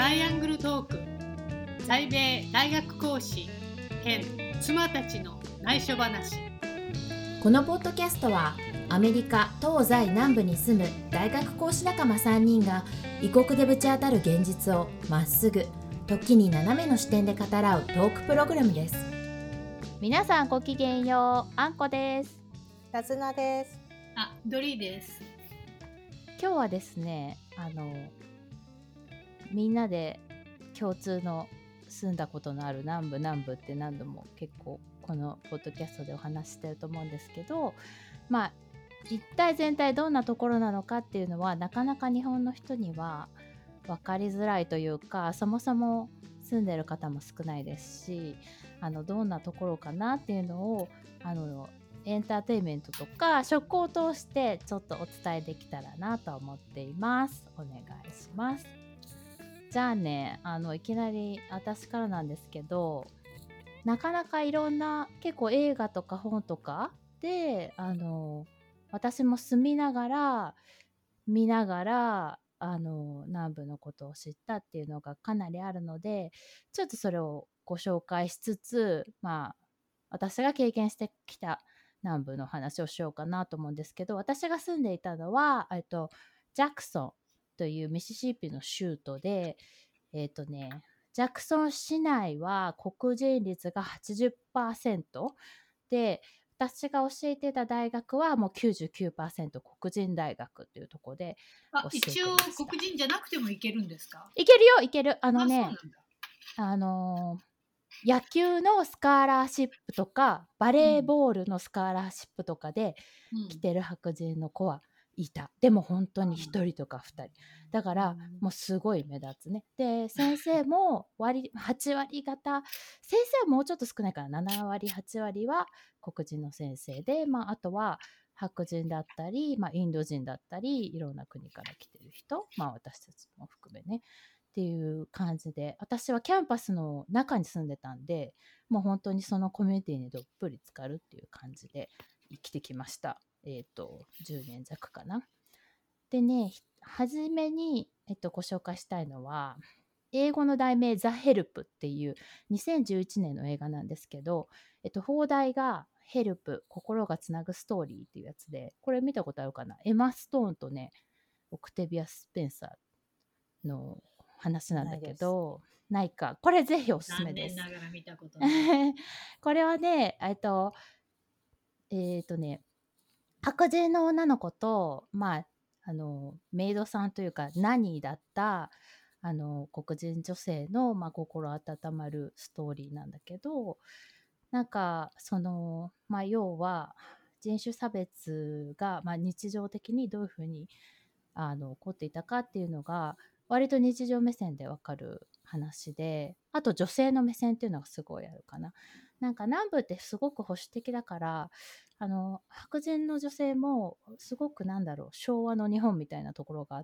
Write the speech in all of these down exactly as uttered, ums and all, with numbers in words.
ライアングルトーク在米大学講師兼妻たちの内緒話。 このポッドキャストはアメリカ東西南部に住む大学講師仲間さんにんが異国でぶち当たる現実をまっすぐ時に斜めの視点で語らうトークプログラムです。 皆さんごきげんよう、あんこです。 なずなです。 あ、ドリーです。 今日はですね、あのみんなで共通の住んだことのある南部南部って何度も結構このポッドキャストでお話ししてると思うんですけど、まあ一体全体どんなところなのかっていうのはなかなか日本の人には分かりづらいというか、そもそも住んでる方も少ないですし、あのどんなところかなっていうのをあのエンターテインメントとか食を通してちょっとお伝えできたらなと思っています。お願いします。じゃあね、あのいきなり私からなんですけど、なかなかいろんな結構映画とか本とかであの私も住みながら見ながらあの南部のことを知ったっていうのがかなりあるので、ちょっとそれをご紹介しつつ、まあ私が経験してきた南部の話をしようかなと思うんですけど、私が住んでいたのは、えっと、ジャクソンというミシシッピの州都で、えっとね、ジャクソン市内は黒人率が はちじゅっパーセント で、私が教えてた大学はもう きゅうじゅうきゅうパーセント 黒人大学っていうところで教えてました。 一応黒人じゃなくてもいけるんですか？ いけるよ、いける。あのね、 あ、そうなんだ。 あのー野球のスカーラーシップとかバレーボールのスカーラーシップとかで来てる白人の子はいた。でも本当にひとりとかふたりだからもうすごい目立つね。で先生も割はち割方、先生はもうちょっと少ないからなな割はち割は黒人の先生で、まあ、あとは白人だったり、まあ、インド人だったりいろんな国から来てる人、まあ私たちも含めねっていう感じで、私はキャンパスの中に住んでたんで、もう本当にそのコミュニティにどっぷり浸かるっていう感じで生きてきました。えっとじゅうねん弱かな。でね、初めに、えっと、ご紹介したいのは英語の題名ザ・ヘルプっていうにせんじゅういちねんの映画なんですけど、えっと、放題がヘルプ心がつなぐストーリーっていうやつで、これ見たことあるかな。エマ・ストーンとねオクテビア・スペンサーの話なんだけど、ない、ないか。これぜひおすすめです。 残念ながら見たことないこれはね、えっとえっとね白人の女の子と、まああのメイドさんというかナニーだったあの黒人女性の、まあ、心温まるストーリーなんだけど、なんかその、まあ、要は人種差別が、まあ、日常的にどういうふうにあの起こっていたかっていうのが割と日常目線でわかる話で、あと女性の目線っていうのがすごいあるかな。なんか南部ってすごく保守的だから、あの白人の女性もすごくなんだろう昭和の日本みたいなところがあって、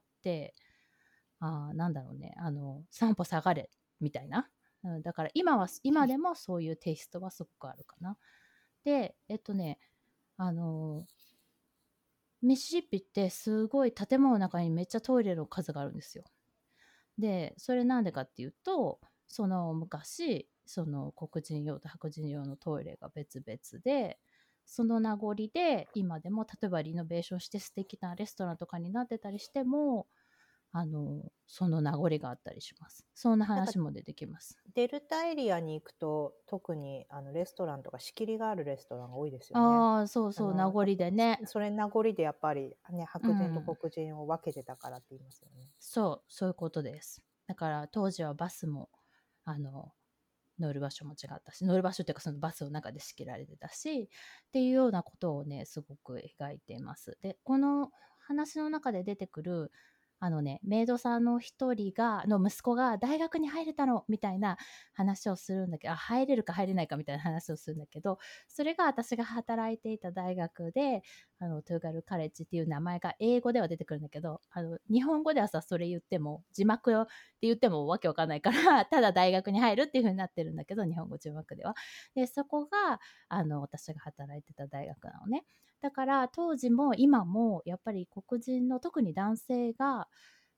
あなんだろうね、あの散歩下がれみたいな、うん、だから今は今でもそういうテイストはすごくあるかな。でえっとねあのミシシッピってすごい建物の中にめっちゃトイレの数があるんですよ。でそれなんでかっていうと、その昔その黒人用と白人用のトイレが別々で、その名残で今でも例えばリノベーションして素敵なレストランとかになってたりしても、あのその名残があったりします。そんな話も出てきます。 デルタエリアに行くと特にあのレストランとか仕切りがあるレストランが多いですよね。 ああそうそう、名残でね。 それ名残でやっぱり、ね、白人と黒人を分けてたからって言いますよね、うん、 そうそういうことです。だから当時はバスもあの乗る場所も違ったし、乗る場所っていうかそのバスの中で仕切られてたしっていうようなことをねすごく描いています。でこの話の中で出てくるあのねメイドさんの一人がの息子が大学に入れたのみたいな話をするんだけど、あ入れるか入れないかみたいな話をするんだけど、それが私が働いていた大学で、あのトゥーガルカレッジっていう名前が英語では出てくるんだけど、あの日本語ではさそれ言っても字幕よって言ってもわけわかんないからただ大学に入るっていう風になってるんだけど、日本語字幕では。でそこがあの私が働いてた大学なのね。だから当時も今もやっぱり黒人の特に男性が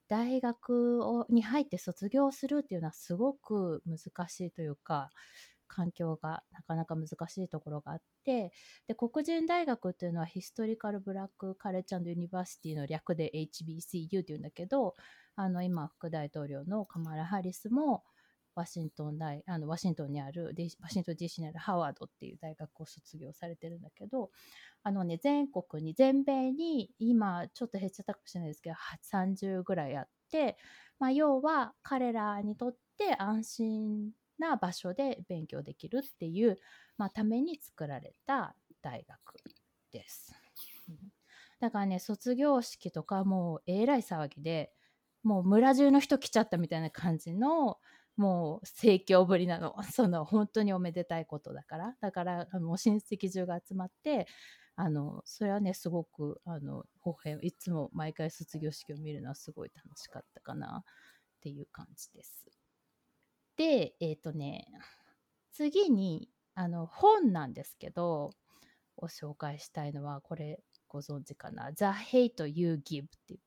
大学をに入って卒業するっていうのはすごく難しいというか、環境がなかなか難しいところがあって、で黒人大学っていうのはヒストリカルブラックカレッジ&ユニバーシティの略で エイチビーシーユー っていうんだけど、あの今副大統領のカマラ・ハリスもワシントン大あのワシントンにあるワシントン ディーシー にあるハワードっていう大学を卒業されてるんだけど、あのね全国に全米に今ちょっと減っちゃったかもしれないですけどさんじゅうぐらいあって、まあ、要は彼らにとって安心な場所で勉強できるっていう、まあ、ために作られた大学です。だからね卒業式とかもうえらい騒ぎで、もう村中の人来ちゃったみたいな感じのもう盛況ぶりなの。その本当におめでたいことだからだからもう親戚中が集まって、あのそれはねすごくあの微笑いつも毎回卒業式を見るのはすごい楽しかったかなっていう感じです。でえっ、ー、とね次にあの本なんですけどを紹介したいのは、これご存知かな、 The Hate You Give って言って、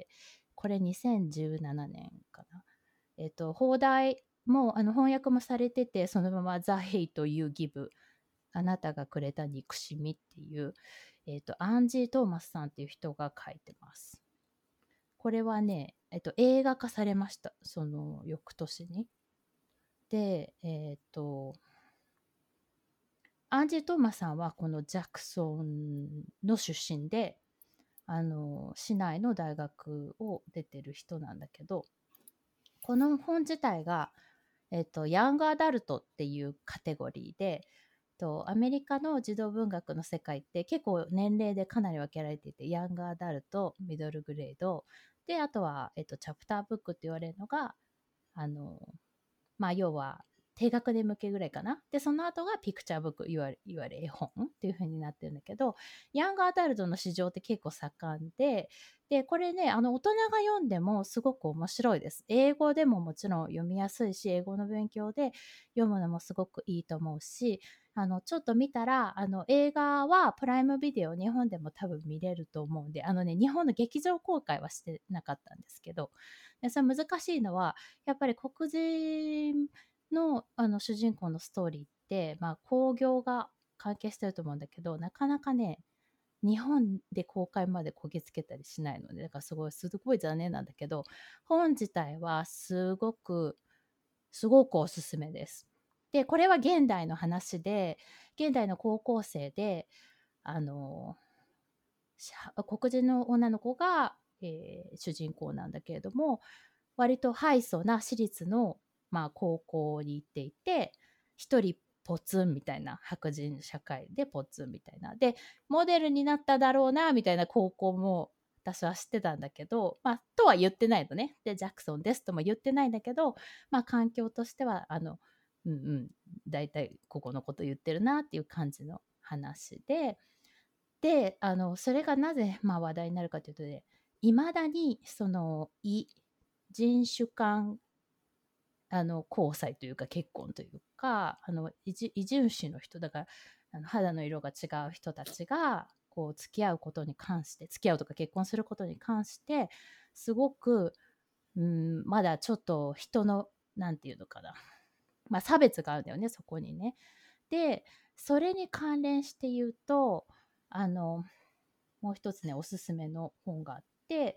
これにせんじゅうななねんかな、えっ、ー、と放題もあの翻訳もされてて、そのまま The Hate You Give あなたがくれた憎しみっていう、えっ、ー、とアンジー・トーマスさんっていう人が書いてます。これはね、えっ、ー、と映画化されました、その翌年に。でえっ、とアンジー・トーマスさんはこのジャクソンの出身で、あの市内の大学を出てる人なんだけど、この本自体が、えっと、ヤングアダルトっていうカテゴリーで、とアメリカの児童文学の世界って結構年齢でかなり分けられていて、ヤングアダルト、ミドルグレードで、あとは、えっと、チャプターブックって言われるのが、あのまあ要は低学年向けぐらいかな。で、その後がピクチャーブック、いわゆる、いわゆる絵本っていう風になってるんだけど、ヤングアダルトの市場って結構盛んで、で、これね、あの、大人が読んでもすごく面白いです。英語でももちろん読みやすいし、英語の勉強で読むのもすごくいいと思うし、あの、ちょっと見たら、あの、映画はプライムビデオ、日本でも多分見れると思うんで、あのね、日本の劇場公開はしてなかったんですけど、でそれ難しいのは、やっぱり黒人の、あの主人公のストーリーって、まあ、興行が関係してると思うんだけど、なかなかね日本で公開までこぎつけたりしないので、だからすごいすごい残念なんだけど、本自体はすごくすごくおすすめです。でこれは現代の話で、現代の高校生で、あの黒人の女の子が、えー主人公なんだけれども、割とハイソな私立の、まあ、高校に行っていて、一人ポツンみたいな、白人社会でポツンみたいなで、モデルになっただろうなみたいな高校も私は知ってたんだけど、まあ、とは言ってないのね。でジャクソンですとも言ってないんだけど、まあ、環境としてはあのうんうん大体ここのこと言ってるなっていう感じの話で、であのそれがなぜ、まあ、話題になるかというとね、いまだにその異人種間あの交際というか結婚というか、あの異人異人種の人だから、あの肌の色が違う人たちがこう付き合うことに関して、付き合うとか結婚することに関してすごく、うん、まだちょっと人のなんていうのかな、まあ、差別があるんだよね、そこにね。でそれに関連して言うと、あのもう一つねおすすめの本があって、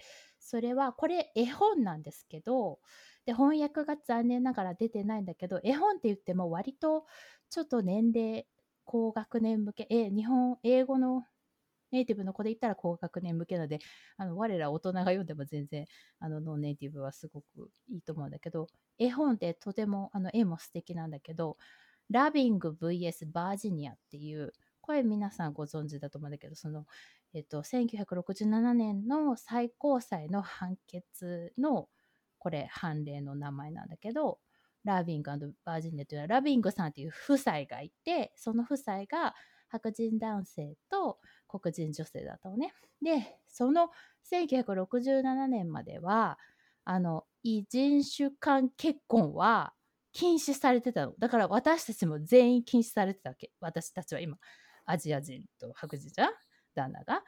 それはこれ絵本なんですけど、で翻訳が残念ながら出てないんだけど、絵本って言っても割とちょっと年齢高学年向け、え日本英語のネイティブの子で言ったら高学年向けなので、あの我ら大人が読んでも全然あのノンネイティブはすごくいいと思うんだけど、絵本ってとてもあの絵も素敵なんだけど、ラビング ブイエス バージニアっていう、これ皆さんご存知だと思うんだけど、その、えっと、せんきゅうひゃくろくじゅうななねんの最高裁の判決のこれ判例の名前なんだけど、ラビング&バージニアというのはラビングさんっていう夫妻がいて、その夫妻が白人男性と黒人女性だったのね。でそのせんきゅうひゃくろくじゅうななねんまではあの異人種間結婚は禁止されてたの。だから私たちも全員禁止されてたわけ。私たちは今アジア人と白人じゃん、旦那が。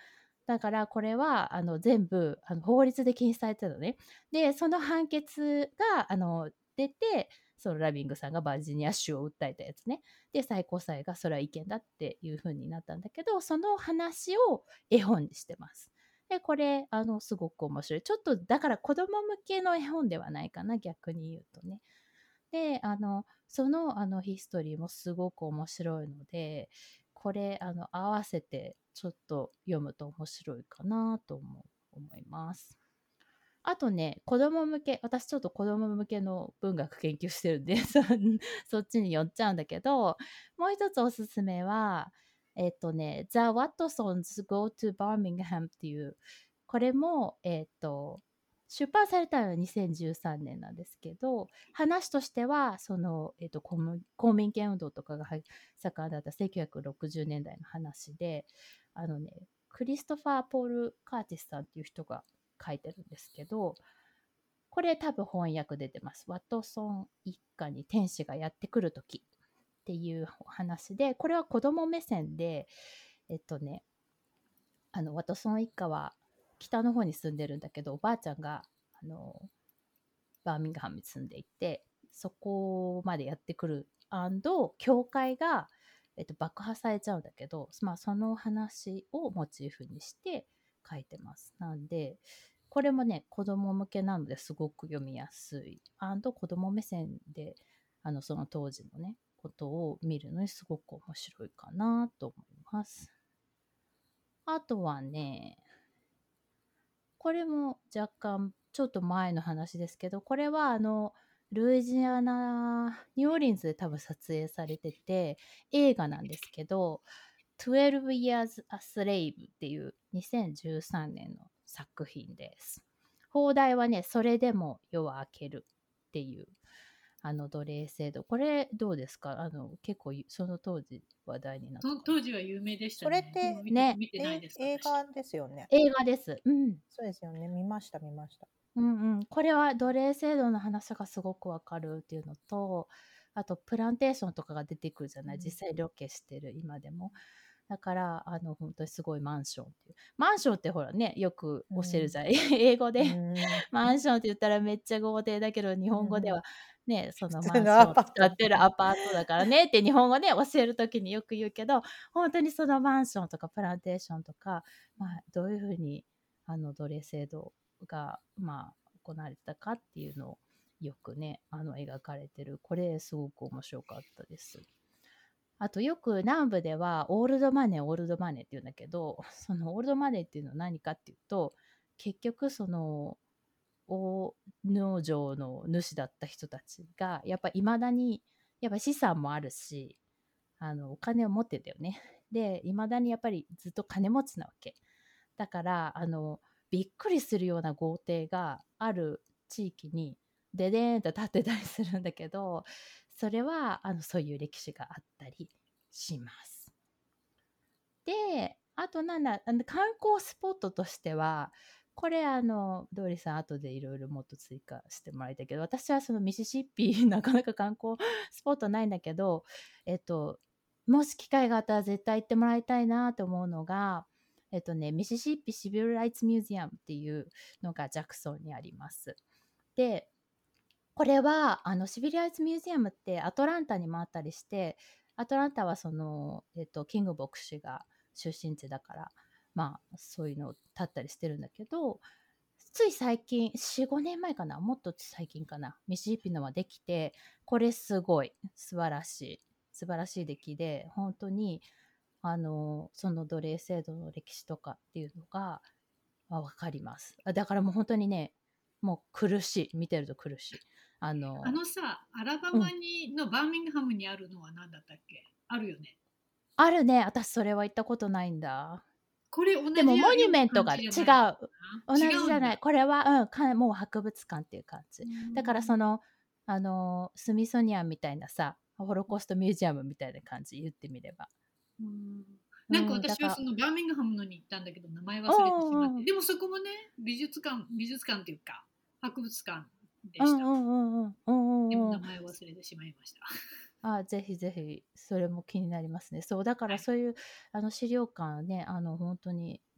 だからこれはあの全部あの法律で禁止されてるのね。でその判決があの出て、そのラビングさんがバージニア州を訴えたやつね。で最高裁がそれは違憲だっていう風になったんだけど、その話を絵本にしてます。でこれあのすごく面白い。ちょっとだから子供向けの絵本ではないかな、逆に言うとね。であのそのあのヒストリーもすごく面白いので、これあの合わせてちょっと読むと面白いかなと思う思います。あとね、子供向け、私ちょっと子供向けの文学研究してるんでそそっちに寄っちゃうんだけど、もう一つおすすめはえっとね The Watsons Go to Birmingham っていう、これもえっと出版されたのはにせんじゅうさんねんなんですけど、話としてはその、えっと、公民公民権運動とかがはい盛んだったせんきゅうひゃくろくじゅうねんだいの話で、あのねクリストファー・ポール・カーティスさんっていう人が書いてるんですけど、これ多分翻訳出てます。ワトソン一家に天使がやってくるときっていうお話で、これは子供目線で、えっとね、あのワトソン一家は北の方に住んでるんだけど、おばあちゃんがあのバーミンガハムに住んでいて、そこまでやってくる教会が、えっと、爆破されちゃうんだけど、まあ、その話をモチーフにして書いてます。なんでこれもね子供向けなのですごく読みやすい、子供目線であのその当時のねことを見るのにすごく面白いかなと思います。あとはね、これも若干ちょっと前の話ですけど、これはあのルイジアナニューオーリンズで多分撮影されてて映画なんですけど、じゅうに Years a Slave っていうにせんじゅうさんねんの作品です。放題はね、それでも夜は明けるっていうあの奴隷制度。これどうですか？あの結構その当時話題になった。 その当時は有名でしたそれっね。 てもう見てね見てないです。 え映私画ですよね。 映画です。うん。 そうですよね。見ました見ました。 うんうん、これは奴隷制度の話がすごくわかるっていうのと、あとプランテーションとかが出てくるじゃない、 うん実際ロケしてる今でも。だからあの本当にすごいマンションっていう、マンションってほらねよく教えるじゃん、英語で、 うんマンションって言ったらめっちゃ豪邸だけど日本語ではね、その普通のマンションをアパート使ってるアパートだからねって日本語で教える時によく言うけど、本当にそのマンションとかプランテーションとか、まあ、どういうふうにあの奴隷制度がまあ行われてたかっていうのをよくねあの描かれてる、これすごく面白かったです。あとよく南部ではオールドマネーオールドマネーって言うんだけど、そのオールドマネーっていうのは何かっていうと、結局その大農場の主だった人たちがやっぱいまだにやっぱ資産もあるし、あのお金を持ってたよね。でいまだにやっぱりずっと金持ちなわけだから、あのびっくりするような豪邸がある地域にデデーンと建ってたりするんだけど、それはあのそういう歴史があったりします。であとなんだ、あの観光スポットとしては、これあのドーリーさん後でいろいろもっと追加してもらいたいけど、私はそのミシシッピなかなか観光スポットないんだけど、えっともし機会があったら絶対行ってもらいたいなと思うのが、えっとね、ミシシッピシビルライツミュージアムっていうのがジャクソンにあります。でこれはあのシビルライツミュージアムってアトランタにもあったりして、アトランタはその、えっと、キング牧師が出身地だから、まあそういうのを立ったりしてるんだけど、つい最近 よん,ご 年前かな、もっと最近かな、ミシシッピのはできて、これすごい素晴らしい素晴らしい出来で、本当にあのその奴隷制度の歴史とかっていうのが分かります。だからもう本当にね、もう苦しい、見てると苦しい。あのあのさ、アラバマにのバーミングハムにあるのは何だったっけ？あるよね。 あるね、私それは行ったことないんだ。 これ同じでもモニュメント感が違う、 じじゃない同じじゃない、 違うんだ。 これは、うん、かもう博物館っていう感じ。だからその、 のあのスミソニアンみたいなさ、ホロコーストミュージアムみたいな感じ、言ってみれば。 うんうん、だなんか私はからそのバーミングハムのに行ったんだけど名前忘うれてしまって、 んうんでもそこもね美術館美術館っていうか博物館でした。 うんうんうんうんうんうんうん。 でも名前忘れてしまいました。 あ、ぜひぜひそれも気になりますね。そうだからはい。 そういうあの資料館ね、あの本当に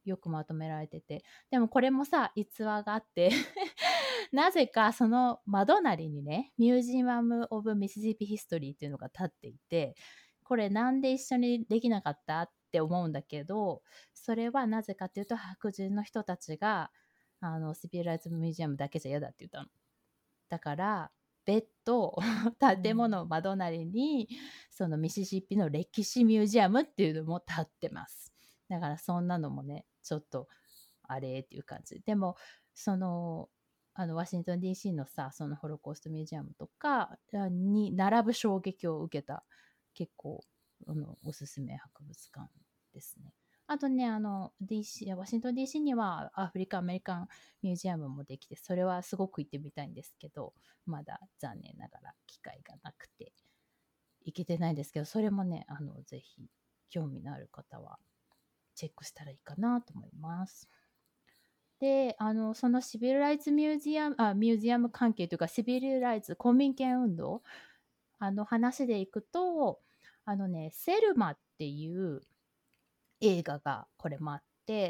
よくまとめられてて、でもこれもさ逸話があってなぜかその窓なりにねミュージアム・オブ・ミシシッピ・ヒストリーっていうのが立っていて、これなんで一緒にできなかったって思うんだけど、それはなぜかっていうと白人の人たちがあのシビルライズ・ミュージアムだけじゃ嫌だって言ったの。だから別途建物窓なりにそのミシシッピの歴史ミュージアムっていうのも建ってます。だからそんなのもねちょっとあれっていう感じ。でもそのあのワシントン ディーシー のさそのホロコーストミュージアムとかに並ぶ衝撃を受けた結構あのおすすめ博物館ですね。あとねあの ディーシー ワシントン ディーシー にはアフリカアメリカンミュージアムもできて、それはすごく行ってみたいんですけど、まだ残念ながら機会がなくて行けてないんですけど、それもねあのぜひ興味のある方はチェックしたらいいかなと思います。で、あのそのシビルライズミュージアムあミュージアム関係というかシビルライズ公民権運動あの話でいくと、あのねセルマっていう映画がこれもあって、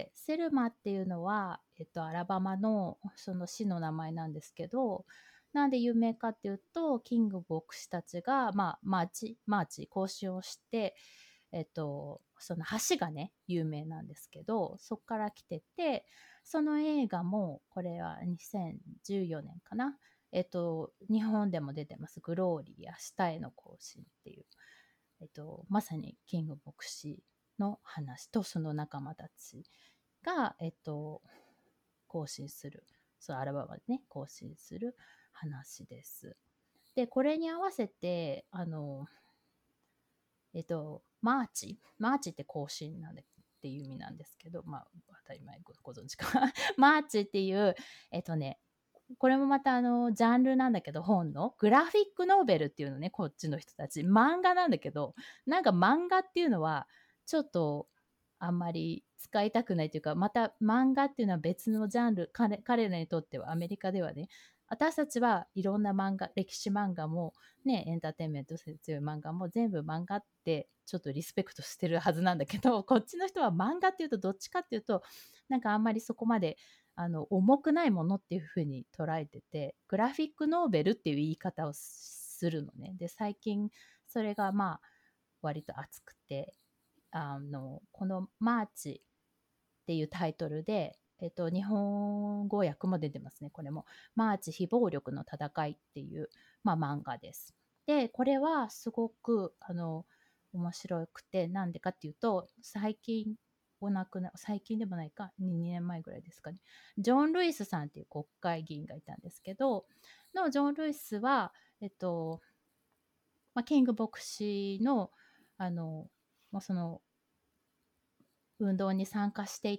セルマっていうのは、えっと、アラバマのその市の名前なんですけど、なんで有名かっていうとキング牧師たちが、まあ、マーチマーチ行進をして、えっと、その橋がね有名なんですけど、そこから来てて、その映画もこれはにせんじゅうよねんかな、えっと、日本でも出てます。グローリー明日への行進っていう、えっと、まさにキング牧師の話とその仲間たちが、えっと、行進する、そうアラバマでね行進する話です。でこれに合わせてあのえっとマーチマーチって行進なんでっていう意味なんですけど、まあ当たり前 ご, ご存知かマーチっていうえっとねこれもまたあのジャンルなんだけど、本のグラフィックノーベルっていうのね、こっちの人たち漫画なんだけど、なんか漫画っていうのはちょっとあんまり使いたくないというか、また漫画っていうのは別のジャンル、彼彼らにとってはアメリカではね、私たちはいろんな漫画、歴史漫画もね、エンターテインメント性強い漫画も全部漫画ってちょっとリスペクトしてるはずなんだけど、こっちの人は漫画っていうとどっちかっていうとなんかあんまりそこまであの重くないものっていう風に捉えてて、グラフィックノーベルっていう言い方をするのね。で最近それがまあ割と熱くて、あのこのマーチっていうタイトルで、えっと、日本語訳も出てますね。これもマーチ非暴力の戦いっていう、まあ、漫画です。でこれはすごくあの面白くて、なんでかっていうと最近お亡くな最近でもないかにねんまえぐらいですかね、ジョン・ルイスさんっていう国会議員がいたんですけど、のジョン・ルイスはえっと、まあ、キング牧師のあの、まあ、その運動に参加していって、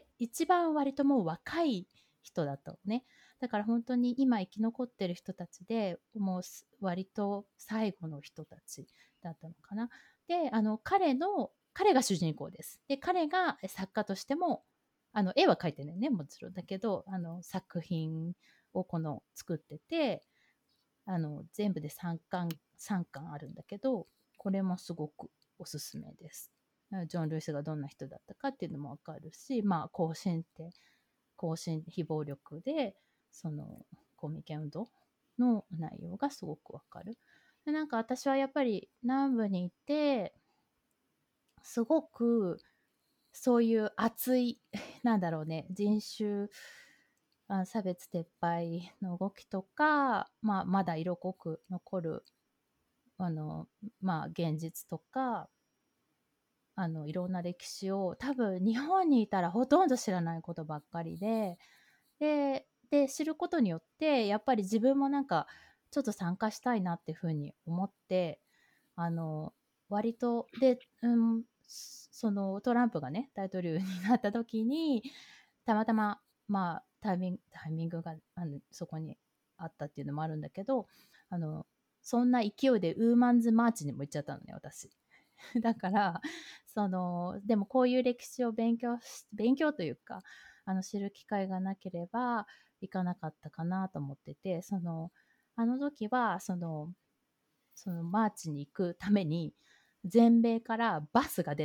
一番割ともう若い人だったのね。だから本当に今生き残ってる人たちでもう割と最後の人たちだったのかな。であの彼の彼が主人公です。で彼が作家としてもあの絵は描いてないね、もちろんだけど、あの作品をこの作ってて、あの全部でさんかんさんかんあるんだけど、これもすごくおすすめです。ジョン・ルイスがどんな人だったかっていうのもわかるし、まあ行進って行進非暴力でその公民権運動の内容がすごくわかる。でなんか私はやっぱり南部にいてすごくそういう熱いなんだろうね、人種あ差別撤廃の動きとか、まあ、まだ色濃く残るあの、まあ、現実とかあのいろんな歴史を多分日本にいたらほとんど知らないことばっかりで、でで知ることによってやっぱり自分もなんかちょっと参加したいなっていうふうに思って、あの割とで、うん、そのトランプがね大統領になった時にたまたままあタイミングタイミングがあのそこにあったっていうのもあるんだけど、あのそんな勢いでウーマンズマーチにも行っちゃったのね私。だからそのでもこういう歴史を勉強し勉強というかあの知る機会がなければ行かなかったかなと思ってて、そのあの時はそのそのマーチに行くために全米からバスが出るのね。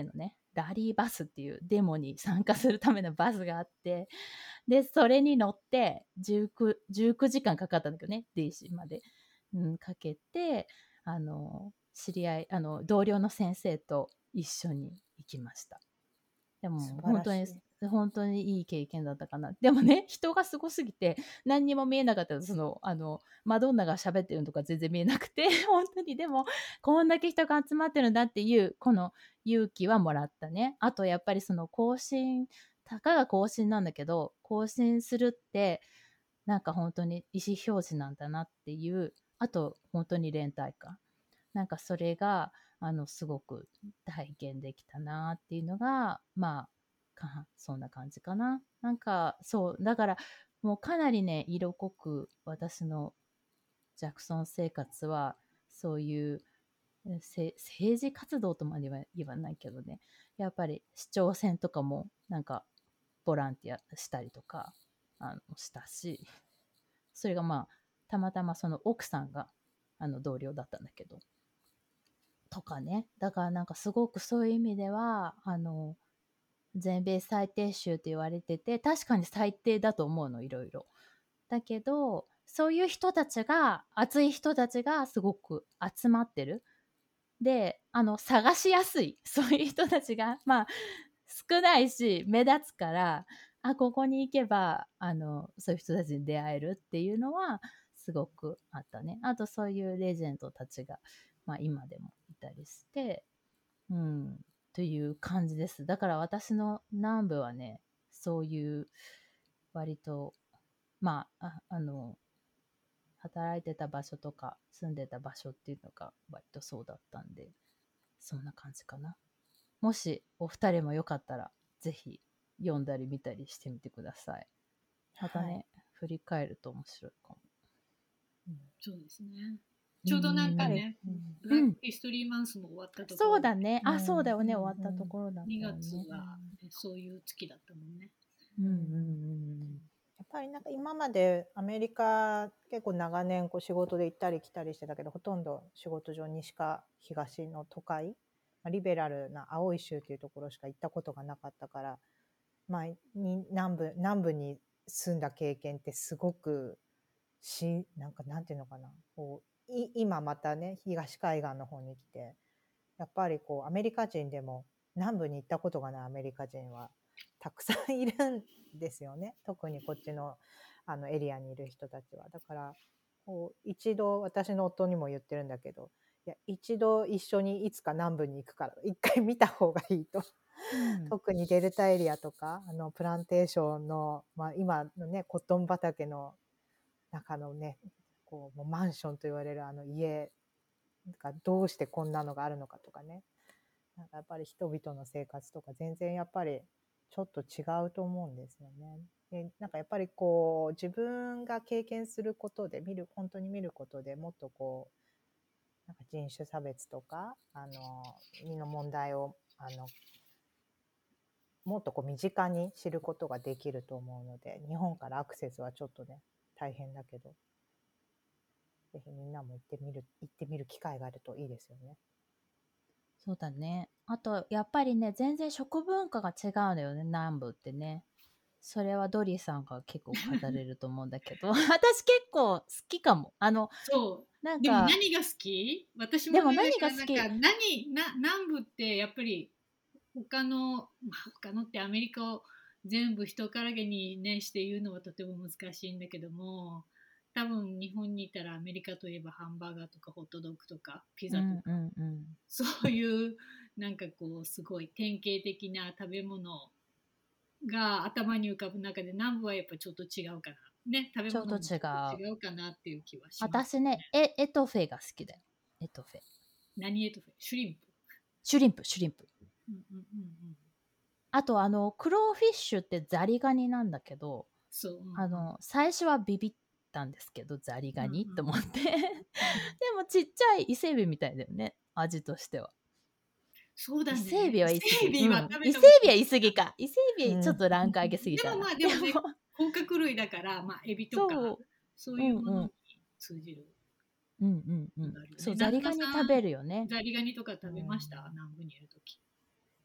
ラリーバスっていうデモに参加するためのバスがあって、でそれに乗ってじゅうきゅう、じゅうきゅうじかんかかったんだけどね、 ディーシー まで、うん、かけて、あの知り合いあの同僚の先生と一緒に行きました。でも素晴本当にらしい。 本当にいい経験だったかな。でもね、人がすごすぎて何にも見えなかったの。そのあのマドンナが喋ってるのとか全然見えなくて本当に。でもこんだけ人が集まってるんだっていうこの勇気はもらったね。あとやっぱりその更新、たかが更新なんだけど、更新するってなんか本当に意思表示なんだなっていう、あと本当に連帯感、なんかそれがあのすごく体験できたなっていうのが、まあかそんな感じかな。なんかそうだから、もうかなりね色濃く私のジャクソン生活はそういうえせ政治活動とまでは言わないけどね、やっぱり市長選とかもなんかボランティアしたりとかあのしたし、それがまあたまたまその奥さんがあの同僚だったんだけどとかね。だからなんかすごくそういう意味ではあの全米最低州って言われてて、確かに最低だと思うの、いろいろ。だけどそういう人たちが、熱い人たちがすごく集まってる。であの探しやすい、そういう人たちがまあ少ないし目立つから、あここに行けばあのそういう人たちに出会えるっていうのはすごくあったね。あとそういうレジェンドたちが、まあ、今でもいたりして、うんという感じです。だから私の南部はね、そういう割とまあああの働いてた場所とか住んでた場所っていうのが割とそうだったんで、そんな感じかな。もしお二人もよかったらぜひ読んだり見たりしてみてください。またね、 はい、 振り返ると面白いかも。 そうですね。ちょうどなんかね、 うんブラックヒストリーマンスも終わったところで、 そうだね。あ、 うんそうだよね。 うん終わったところだった 2 よね。 月はねそういう月だったもんね。 うんうんうんやっぱりなんか今までアメリカ結構長年こう仕事で行ったり来たりしてたけど、ほとんど仕事上西か東の都会、まあリベラルな青い州というところしか行ったことがなかったから、まあ、に南部南部に住んだ経験ってすごくしなんかなんていうのかな、こうい今またね東海岸の方に来て、やっぱりこうアメリカ人でも南部に行ったことがないアメリカ人はたくさんいるんですよね。特にこっちのあのエリアにいる人たちは。だからこう一度私の夫にも言ってるんだけど、いや一度一緒にいつか南部に行くから一回見た方がいいと。 うん特にデルタエリアとかあのプランテーションの、まあ、今のねコットン畑の中のねこうもうマンションと言われるあの家がどうしてこんなのがあるのかとかね、なんかやっぱり人々の生活とか全然やっぱりちょっと違うと思うんですよね。でなんかやっぱりこう自分が経験することで見る本当に見ることでもっとこうなんか人種差別とかあのの問題をあのもっとこう身近に知ることができると思うので、日本からアクセスはちょっとね大変だけど、ぜひみんなも行ってみる行ってみる機会があるといいですよね。 そうだね。あとやっぱりね、全然食文化が違うのよね、南部ってね。それはドリーさんが結構語れると思うんだけど私結構好きかも。あのそう。でもなんか何が好き？私もでもね、 何が好きなんか何な南部ってやっぱり他の、まあ、他のってアメリカを全部人からげにねして言うのはとても難しいんだけども、多分日本にいたらアメリカといえばハンバーガーとかホットドッグとかピザとか、 うんうんうん、 そういうなんかこうすごい典型的な食べ物が頭に浮かぶ中で、南部はやっぱちょっと違うかなね、食べ物もちょっと違うかなっていう気はします、 私ねエエトフェが好きだよ。エトフェ。 何エトフェ？シュリンプ？ シュリンプシュリンプ。 うんうんうんうん。 あとあのクローフィッシュってザリガニなんだけど、 そう、うんうん、 あの最初はビビったんですけど、ザリガニと思って、うんうん、でもちっちゃい伊勢海老みたいだよね、味としては。 そうだね。 伊勢海老は言い過ぎ。 伊勢海老は食べたことない、 うん、伊勢海老は言い過ぎか。伊勢海老ちょっとランク上げすぎたな。 でもまあでもね、甲殻類だから、まあエビとかそう、そういうものに通じる。 うんうんうん。そう、ザリガニ食べるよね。 ザリガニとか食べました、南部にいるとき。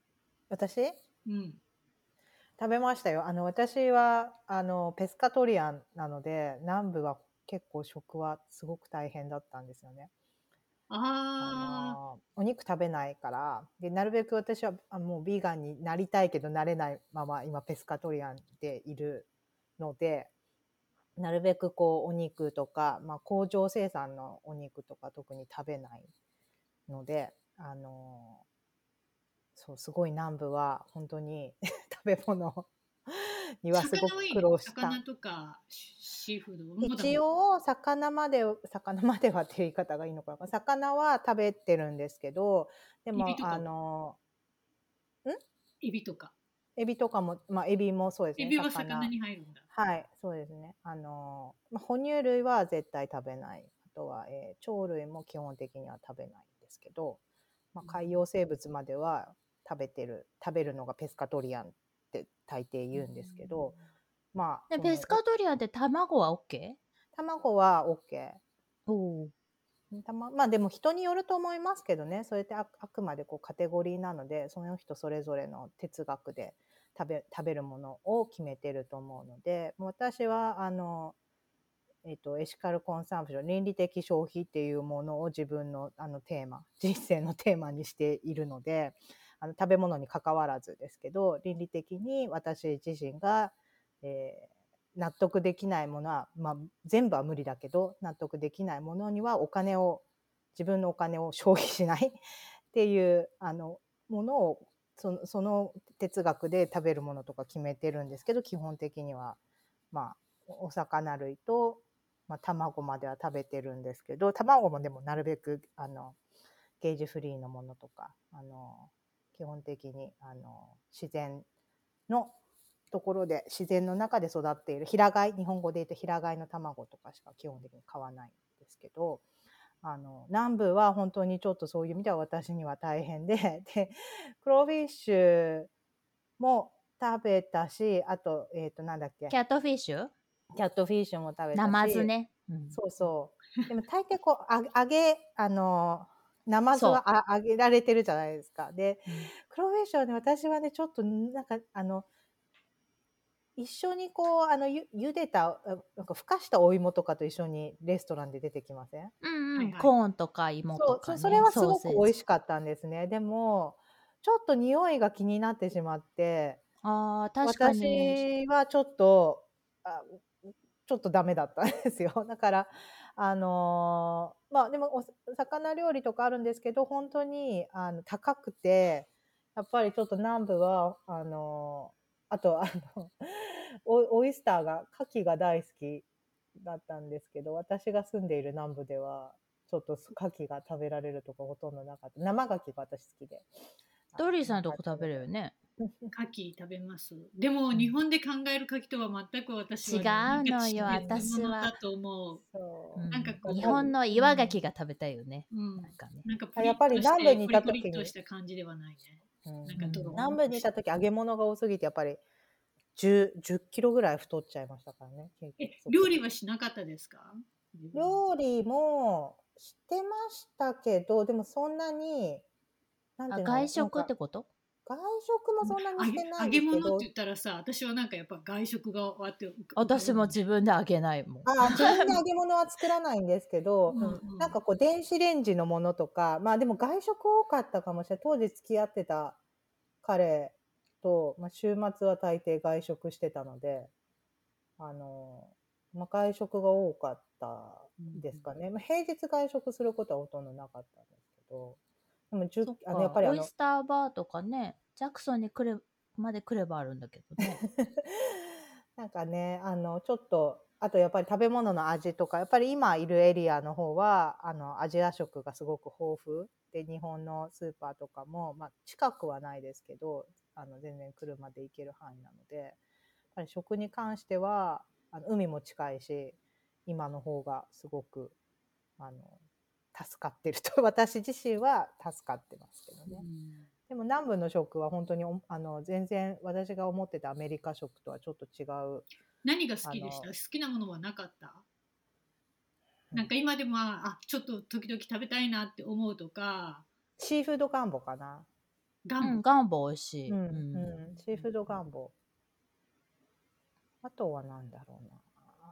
私うん。 食べましたよ。あの私はあのペスカトリアンなので、南部は結構食はすごく大変だったんですよね。あああ、 のお肉食べないから、でなるべく私はあもうビーガンになりたいけどなれないまま今ペスカトリアンでいるので、なるべくこうお肉とか、まあ、工場生産のお肉とか特に食べないので、あのそうすごい南部は本当に食べ物にはすごく苦魚はいいの？ 労した。 魚とかシシーフードもうダ一メ？ 応魚まで魚まではっていう言い方がいいのかな、魚は食べてるんですけど、でもあエビとかは？ のんエビとか。 エビとかも、まあ、エビもそうですね、 エビは魚魚。 に入るんだ。 はい、そうですね。あの、まあ、哺乳類は絶対食べない。あとは、えー鳥類も基本的には食べないんですけど、まあ、海洋生物までは食べてる、食べるのがペスカトリアンって大抵言うんですけど、まあ、 でその、 ペスカトリアンって卵は OK？ 卵は OK。 おお。 たま、まあでも人によると思いますけどね、それってあ、あくまでこうカテゴリーなので、その人それぞれの哲学で食べ、食べるものを決めてると思うので、もう私はあの、えっと、エシカルコンサンプション、倫理的消費っていうものを自分のあのテーマ、人生のテーマにしているので、あの食べ物に関わらずですけど、倫理的に私自身が、えー納得できないものは、まあ、全部は無理だけど、納得できないものにはお金を、自分のお金を消費しないっていうあのものをその、その哲学で食べるものとか決めてるんですけど、基本的には、まあ、お魚類と、まあ、卵までは食べてるんですけど、卵もでもなるべくあのゲージフリーのものとか、あの基本的にあの自然のところで、自然の中で育っている平飼い、日本語で言うと平飼いの卵とかしか基本的に買わないんですけど、あの南部は本当にちょっとそういう意味では私には大変で、でクローフィッシュも食べたし、あと、えっ、と、なんだっけ、 キャットフィッシュ？ キャットフィッシュも食べたナマズし、 ね。うん、 そうそう。でも大抵こう、あ揚げ、あの、ナマズそはあ揚げられてるじゃないですか。で、 う。うん、 クローフィッシュはね、私はね、ちょっと、なんか、あの、一緒にこう、あの、ゆ、茹でた、あなんか、ふかしたお芋とかと一緒にレストランで出てきません？ うんうん、 はいはい。 コーンとか芋とそう、そ、 かね、 それはすソーごく美味セージ。 しかったんですね。でも、ちょっと匂いが気になってしまって、 ああ、確かに。 私はちょっと、あ、ちょっとダメだったんですよ。だから、あのーまあでもお魚料理とかあるんですけど、本当にあの高くて、やっぱりちょっと南部は、あのーあと、あの、オイオイスターが、牡蠣が大好きだったんですけど、私が住んでいる南部では、ちょっと牡蠣が食べられるとこほとんどなかった。生牡蠣が私好きで、あドリーさの、なんとこ食かったので。 べるよね。 牡蠣食べます。でもうん、 日本で考える牡蠣とは全く私違はね、なんかちうのよ、 別私は。 物だと思う。 うそう。 なんかん、日こ本のう、う岩牡蠣ん、 が食べたいよね。 うん、 なんかね。 なんかプあ、やっリッとしぱり南部にいたてコリコリっ時に、 とした感じではないね。 うん、 なんかドロー南部にいンとして。 た時揚げ物が多すぎて、やっぱりじゅう、じゅっキロぐらい太っちゃいましたからね、結え、 局そこで。 料理はしなかったですか？自分で。 料理もしてましたけど、でもそんなに、なんあ、 ていうのかな、なん外食っか、 てこと？ 外食もそんなに揚げ、 してない揚げですけど、 物って言ったらさ、私はなんかやっぱ外食がわって浮か浮か私もぶのね。 自分であげないもん。 ああ、自分で揚げ物は作らないんですけど、 うんうなんん。 かこう電子レンジのものとか、まあでも外食多かったかもしれない。当時付き合ってた彼と、まあ、週末は大抵外食してたので、あの、まあ、外食が多かったうんですかね。まあ、平日外食することはほとんどなかったんですけど、でもじゅうあの、やっそっか、 ぱりあの、 オイスターバーとかね、ジャクソンに来れまで来ればあるんだけどね。 なんかね、あの、ちょっと、あとやっぱり食べ物の味とか、やっぱり今いるエリアの方は、あの、アジア食がすごく豊富で、日本のスーパーとかも、まあ、近くはないですけど、あの、全然車で行ける範囲なので、やっぱり食に関しては、あの海も近いし、今の方がすごく、あの、助かってると、私自身は助かってますけどうね。 ん。 でも南部の食は本当におあの全然私が思ってたアメリカ食とはちょっと違う。 何が好あの、 きでした？好きなものはなかった？ うん、 なんか今でもあ、ちょっと時々食べたいなって思うとか、 シーフードガンボかな。 ガンボ、 うん、ガンボ美味しい。 うんうんうん、シーフードガンボ。あとはなんだろうな。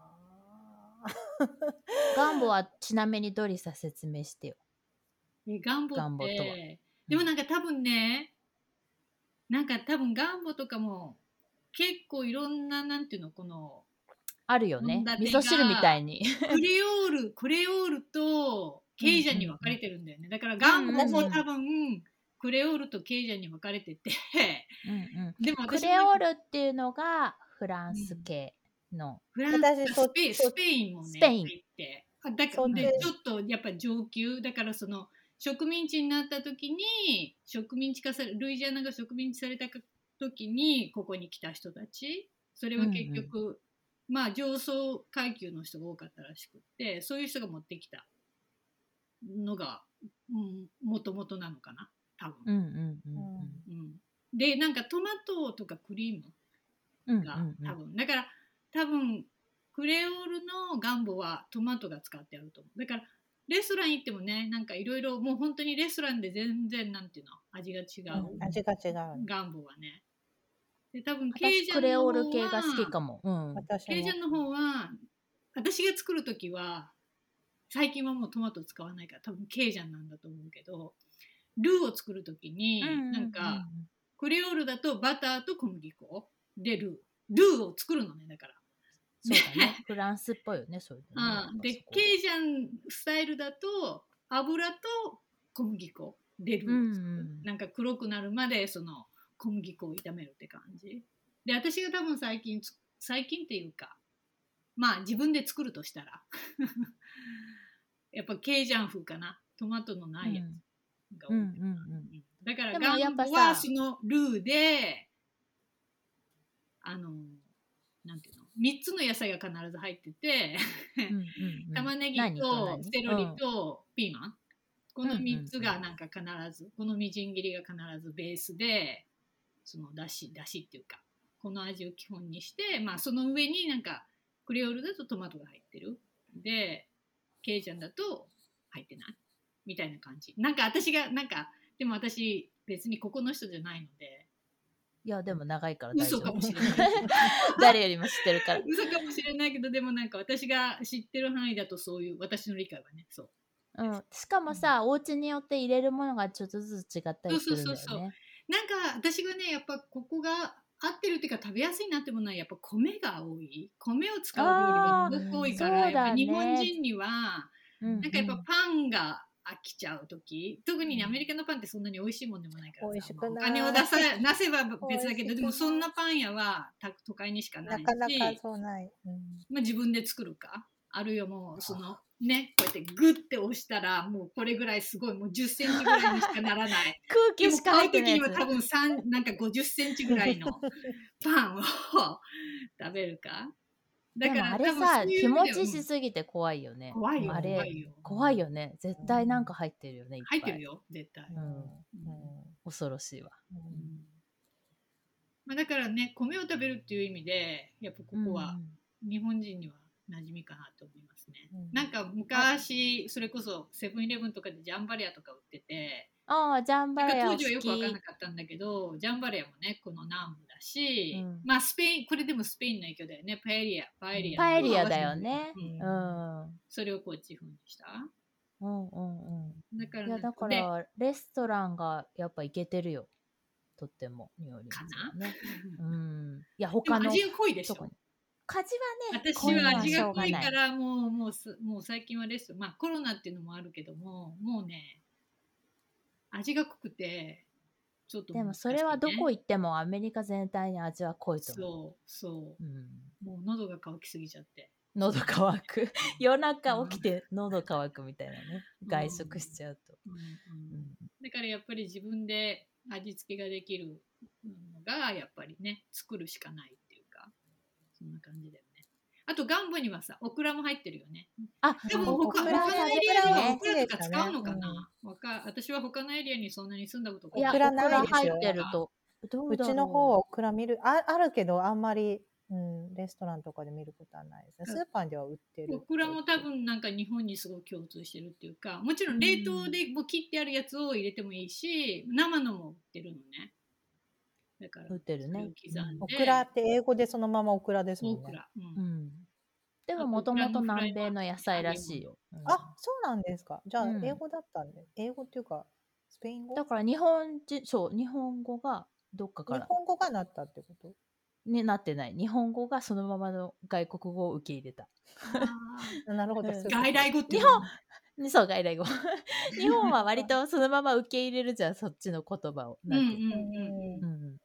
ガンボはちなみにドリサ説明してよ。 えガンボっガンボとは。 て、でもなんか多分ね、なんか多分ガンボとかも結構いろんな、なんていうの、このあるよね。 献立が味噌汁みたいに。 クレオール、クレオールとケイジャンに分かれてるんだよね。だからガンボうんうんうんも多分クレオールとケイジャンに分かれてて、 うんうん、 でも私クレオールっていうのがフランス系の、 フランス、 私そスペスペインもね、 スペイン入ってあだかそっちらでちょっとやっぱ上級だから、その植民地になった時に植民地化されルイジアナが植民地された時にここに来た人たち、それは結局、まあ上層階級の人が多かったらしくって、そういう人が持ってきたのがもともとなのかな多分、 うんうんうんうんでなんかトマトとかクリームうんが多分、だから多分クレオールのガンボはトマトが使ってあると思う。だからレストラン行ってもね、なんかいろいろもう本当にレストランで全然なんていうの味が違う、 うん、味が違う。 ガンボはね。で多分ケイ私クレジャンの方オール系が好きはかも。うん、 私もケイジャンの方は私が作る時は最近はもうトマト使わないから多分ケイジャンなんだと思うけど、ルーを作る時になんかクレオールだとバターと小麦粉でルールーを作るのね。だからそうだね。フランスっぽいよね、そういうあの、ね。 でケイジャンスタイルだと油と小麦粉でルーを作る、 うんうんなんか黒くなるまでその小麦粉を炒めるって感じで、私が多分最近最近っていうかまあ自分で作るとしたらやっぱケイジャン風かな、トマトのないやつが多い、 うんうんうん、 だからでもやガンボっぱさはそのルーであのなんていうのみっつの野菜が必ず入っててうんうんうん、 玉ねぎ何と何とセロリとピーマン、うん、このみっつがなんか必ず、このみじん切りが必ずベースでそのだしだしっていうかこの味を基本にして、まあ、その上になんかクレオールだとトマトが入ってるでケイジャンだと入ってないみたいな感じ。なんか私がなんかでも私別にここの人じゃないので、 いやでも長いから大丈夫。 嘘かもしれない誰よりも知ってるから。 嘘かもしれないけど、でもなんか私が知ってる範囲だとそういう私の理解はね、そう、 うん、しかもさ、うん、お家によって入れるものがちょっとずつ違ったりするんだよね。そうそうそうそう、 なんか私がねやっぱここが合ってるっていうか食べやすいなってものはやっぱ米が多い、米を使う料理がすごく多いから、やっぱ日本人にはなんかやっぱパンが飽きちゃう時、特に、ね、アメリカのパンってそんなに美味しいもんでもないからさ、 美味しくない、 お金を出さ出せば別だけど、でもそんなパン屋は都会にしかないし、 なかなかそうない、うん、 まあ、自分で作るか、あるいはもうそのねこうやってグッて押したらもうこれぐらいすごいもうじゅっセンチぐらいにしかならない空気しか入ってないやつ。 でも買う時には多分さんなんかごじゅっセンチぐらいのパンを食べるか。 だからあれさ日持ちしすぎて怖いよね。 怖いよ、 あれ怖いよ、 怖いよね。絶対なんか入ってるよね、いっぱい。 入ってるよ絶対、うんうん、 恐ろしいわ、うんまあ、だからね米を食べるっていう意味でやっぱここは日本人には馴染みかなと思いますね、うん、なんか昔それこそセブンイレブンとかでジャンバリアとか売ってて、 ああジャンバリア当時はよく分からなかったんだけど、ジャンバリアもねこの南部だし、 うん、 まあスペインこれでもスペインの影響だよね。パエリアパエリアパエリアだよね、うん、 うん、それをこっち風にした、 うんうんうん、 だから、 ね、いやだからレストランがやっぱ行けてるよ、とってもニューオーリンズはね、うん、いや他の味が濃いでしょ。 味はね、 私は味が濃いからもうもうもう最近はレストラン、まあコロナっていうのもあるけども、もうね味が濃くてちょっと、ね、 でもそれはどこ行ってもアメリカ全体に味は濃いと思う。そうそう、うん、もう喉が渇きすぎちゃって。 喉乾く夜中起きて喉乾くみたいなね、うん、外食しちゃうと、うんうんうん、 だからやっぱり自分で味付けができるのがやっぱりね作るしかないっていうか、そんな感じだよね。あとガンボにはさオクラも入ってるよね。 あ、 でも他のエリアではオクラとか使うのかな、うん、私は他のエリアにそんなに住んだことがない。いやオクラ入ってると。 うちの方はオクラ見る あ, あるけどあんまりうん、レストランとかで見ることはないですね。スーパーでは売ってる。 オクラも多分なんか日本にすごく共通してるっていうか、もちろん冷凍でもう切ってあるやつを入れてもいいし、生のも売ってるのね。だから売ってるねそれを刻んで、 オクラって英語でそのままオクラですもんね。 オクラ、う、 うんん。でもあともともとオクラのフライ南米の野菜らしいよ。うんあ、そうなんですか。じゃあうん英語だったんで、英語っていうかスペイン語？ だから日本人、そう、日本語がどっかか日ら本語がなったってこと？ になってない。日本語がそのままの外国語を受け入れた。 あなるほど。 うんそういうこと外来語ってい日うの本、そう、外来語。日本は割とそのまま受け入れるじゃん、そっちの言葉を。なんていうのうんうんうんうんうん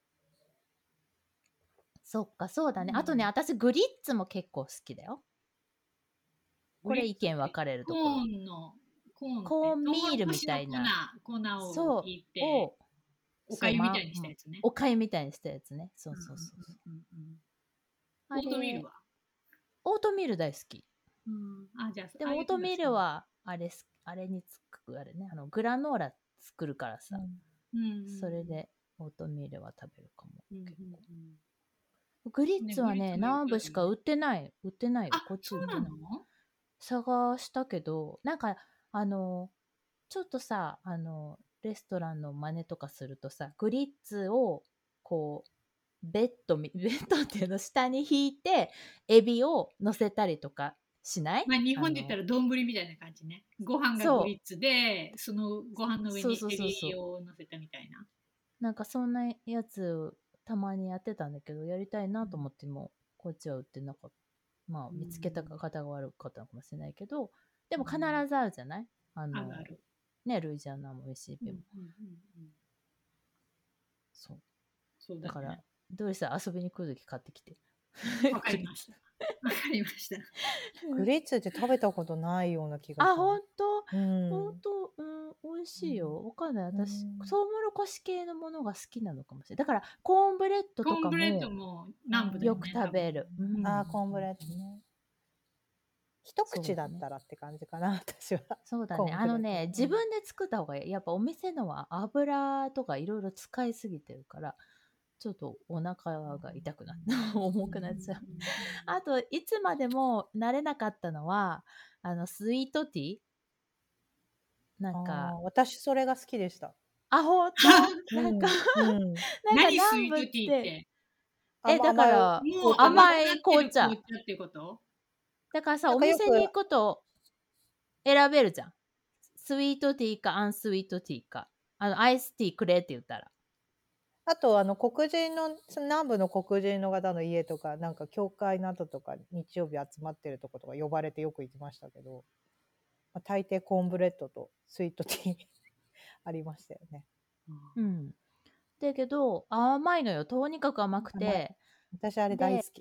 そっか、そうだね。 うんあとね、私、グリッツも結構好きだよ。これ意見分かれるとこコろ。 ーンのコーンってコーンミールみトウモロコシのたいな。 粉粉をそうひい。てを、 おかゆみたいにしたやつね。 おかゆみたいにしたやつね。そうそうそうそう。 うんうんうんうんあれオートミールは、 オートミール大好き。 うん、あじゃあでもオートミール、は、あれす、あれにつく、あれね、あの、グラノーラ作るからさ、 うんうんうん、 それでオートミールは食べるかも。 うんうんうん結構グリッツはね、 ねグリッツもよくあるよね南部しか売ってない。売ってないよ。 あこっちそう売ってない。 なの？ 探したけど、なんか、あの、ちょっとさ、あの、レストランの真似とかするとさ、グリッツを、こう、ベッドみ、ベッドっていうの下に引いて、エビを乗せたりとかしないまあ、日本で言ったあのら丼みたいな感じね。ご飯がグリッツで、そのご飯の上にそうそうそうそうエビを乗せたみたいな。 なんかそんなやつ、たまにやってたんだけど、やりたいなと思っても、こっちは売ってなかった。まあ、見つけた方が悪かったのかもしれないけど、でも必ずあるじゃないああのるある。 ね、ルイジアナも美味しいビも。 うんうんうんうんそう。 そうだね。 だから、ドリさん遊びに来るとき買ってきて。 わかりました。わかりました。 グリッツって食べたことないような気がする。 あ、ほんとうん。 ほんと、うん、美味しいよ。わかんない。私うん、 トウモロコシ系のものが好きなのかもしれない。だから、コーンブレッドとかコーンブレッドもも南部だよね。 よく食べる。 多分うんあー、コーンブレッドね。一口だったらって感じかな、私は。 そうだね。 コーンブレッドあのね、自分で作った方がいい。やっぱお店のは油とかいろいろ使いすぎてるから、ちょっとお腹が痛くなって、重くなっちゃう。あと、いつまでも慣れなかったのは、あの、スイートティーなんあかー、私それが好きでした。 あ、ほんとなんか、 うんうん、 なんか何スイ南部っートティーってて。 え、だから、 もう甘い甘くなってる紅茶。 紅茶っていうこと？ だからさ、おなんかよく店に行くと選べるじゃん。スイートティーかアンスイートティーか。あの、アイスティーくれって言ったら。 あとあの黒人の南部の黒人の方の家とかなんか教会などとか日曜日集まってるとことか呼ばれてよく行きましたけど、まあ、大抵コーンブレッドとスイートティーありましたよね。 うん。だけど、甘いのよ。とにかく甘く甘て。 私あれ大好き。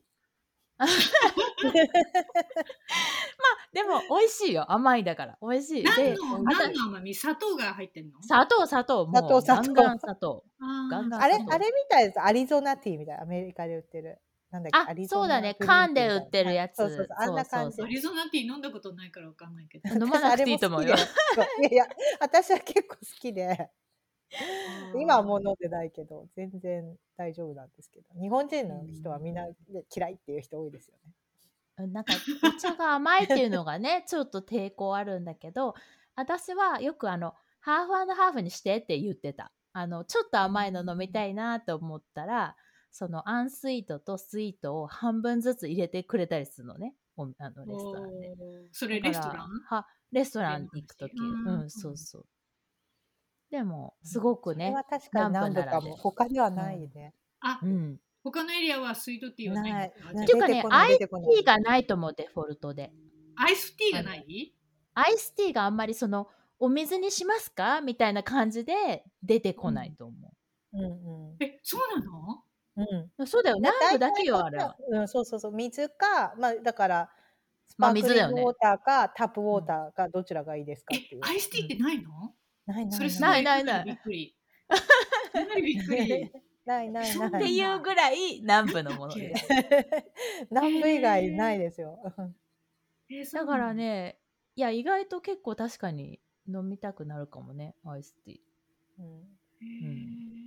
でも、美味しいよ。甘いだから。美味しい。で、 何のあた何の甘み？砂糖が入ってんの？ 砂糖、砂糖。もう、 砂糖砂糖ガンガン砂糖。 あーガンガン砂糖。 あれあれみたいです。アリゾナティーみたいな。アメリカで売ってる。なんだっけあアリゾナそうだねグリーン缶でティーみたいな売ってるやつそうそうそう。あんな感じそうア。リゾナティー飲んだことないからわかんないけど。 飲まなくていいと思うよ私あれも好きでそういやいや、私は結構好きで、今はもう飲んでないけど、全然大丈夫なんですけど、日本人の人はみんな嫌いっていう人多いですよね。 なんかお茶が甘いっていうのがねちょっと抵抗あるんだけど、私はよくあのハーフ&ハーフにしてって言ってた。あのちょっと甘いの飲みたいなと思ったら、そのアンスイートとスイートを半分ずつ入れてくれたりするのね、おあのレストランで。 おーそれだからレストラン？ はレストランに行くとき、 うんうん、そうそう。でもすごくねそれは確かに南部かも。 南部ならで他ではないね。 あ、 うん。 他のエリアはスイートティーはないんないですか？ ないっていうかね出てこないアイステ出てこないィーがないと思うデフォルトで。 アイスティーがない？ アイスティーがあんまりそのお水にしますかみたいな感じで出てこないと思うんうえ、そうなの？ ん。うん。 う。そうだよ、 だ南部だけよ、あれは。 うん、そうそうそう。水か、まあだから、スまあパーク水だよねリングウォーターか、タップウォーターか、どちらがいいですかえっていう。、 アイスティーってないの？ ないないそれすごないないないびっくり。かなりびっくり。 ないないそうってない。 いうぐらい南部のものです。 南部以外ないですよ。 えーそうだからなのね、いや、意外と結構確かに飲みたくなるかもね、アイスティー。 うんへーうんうん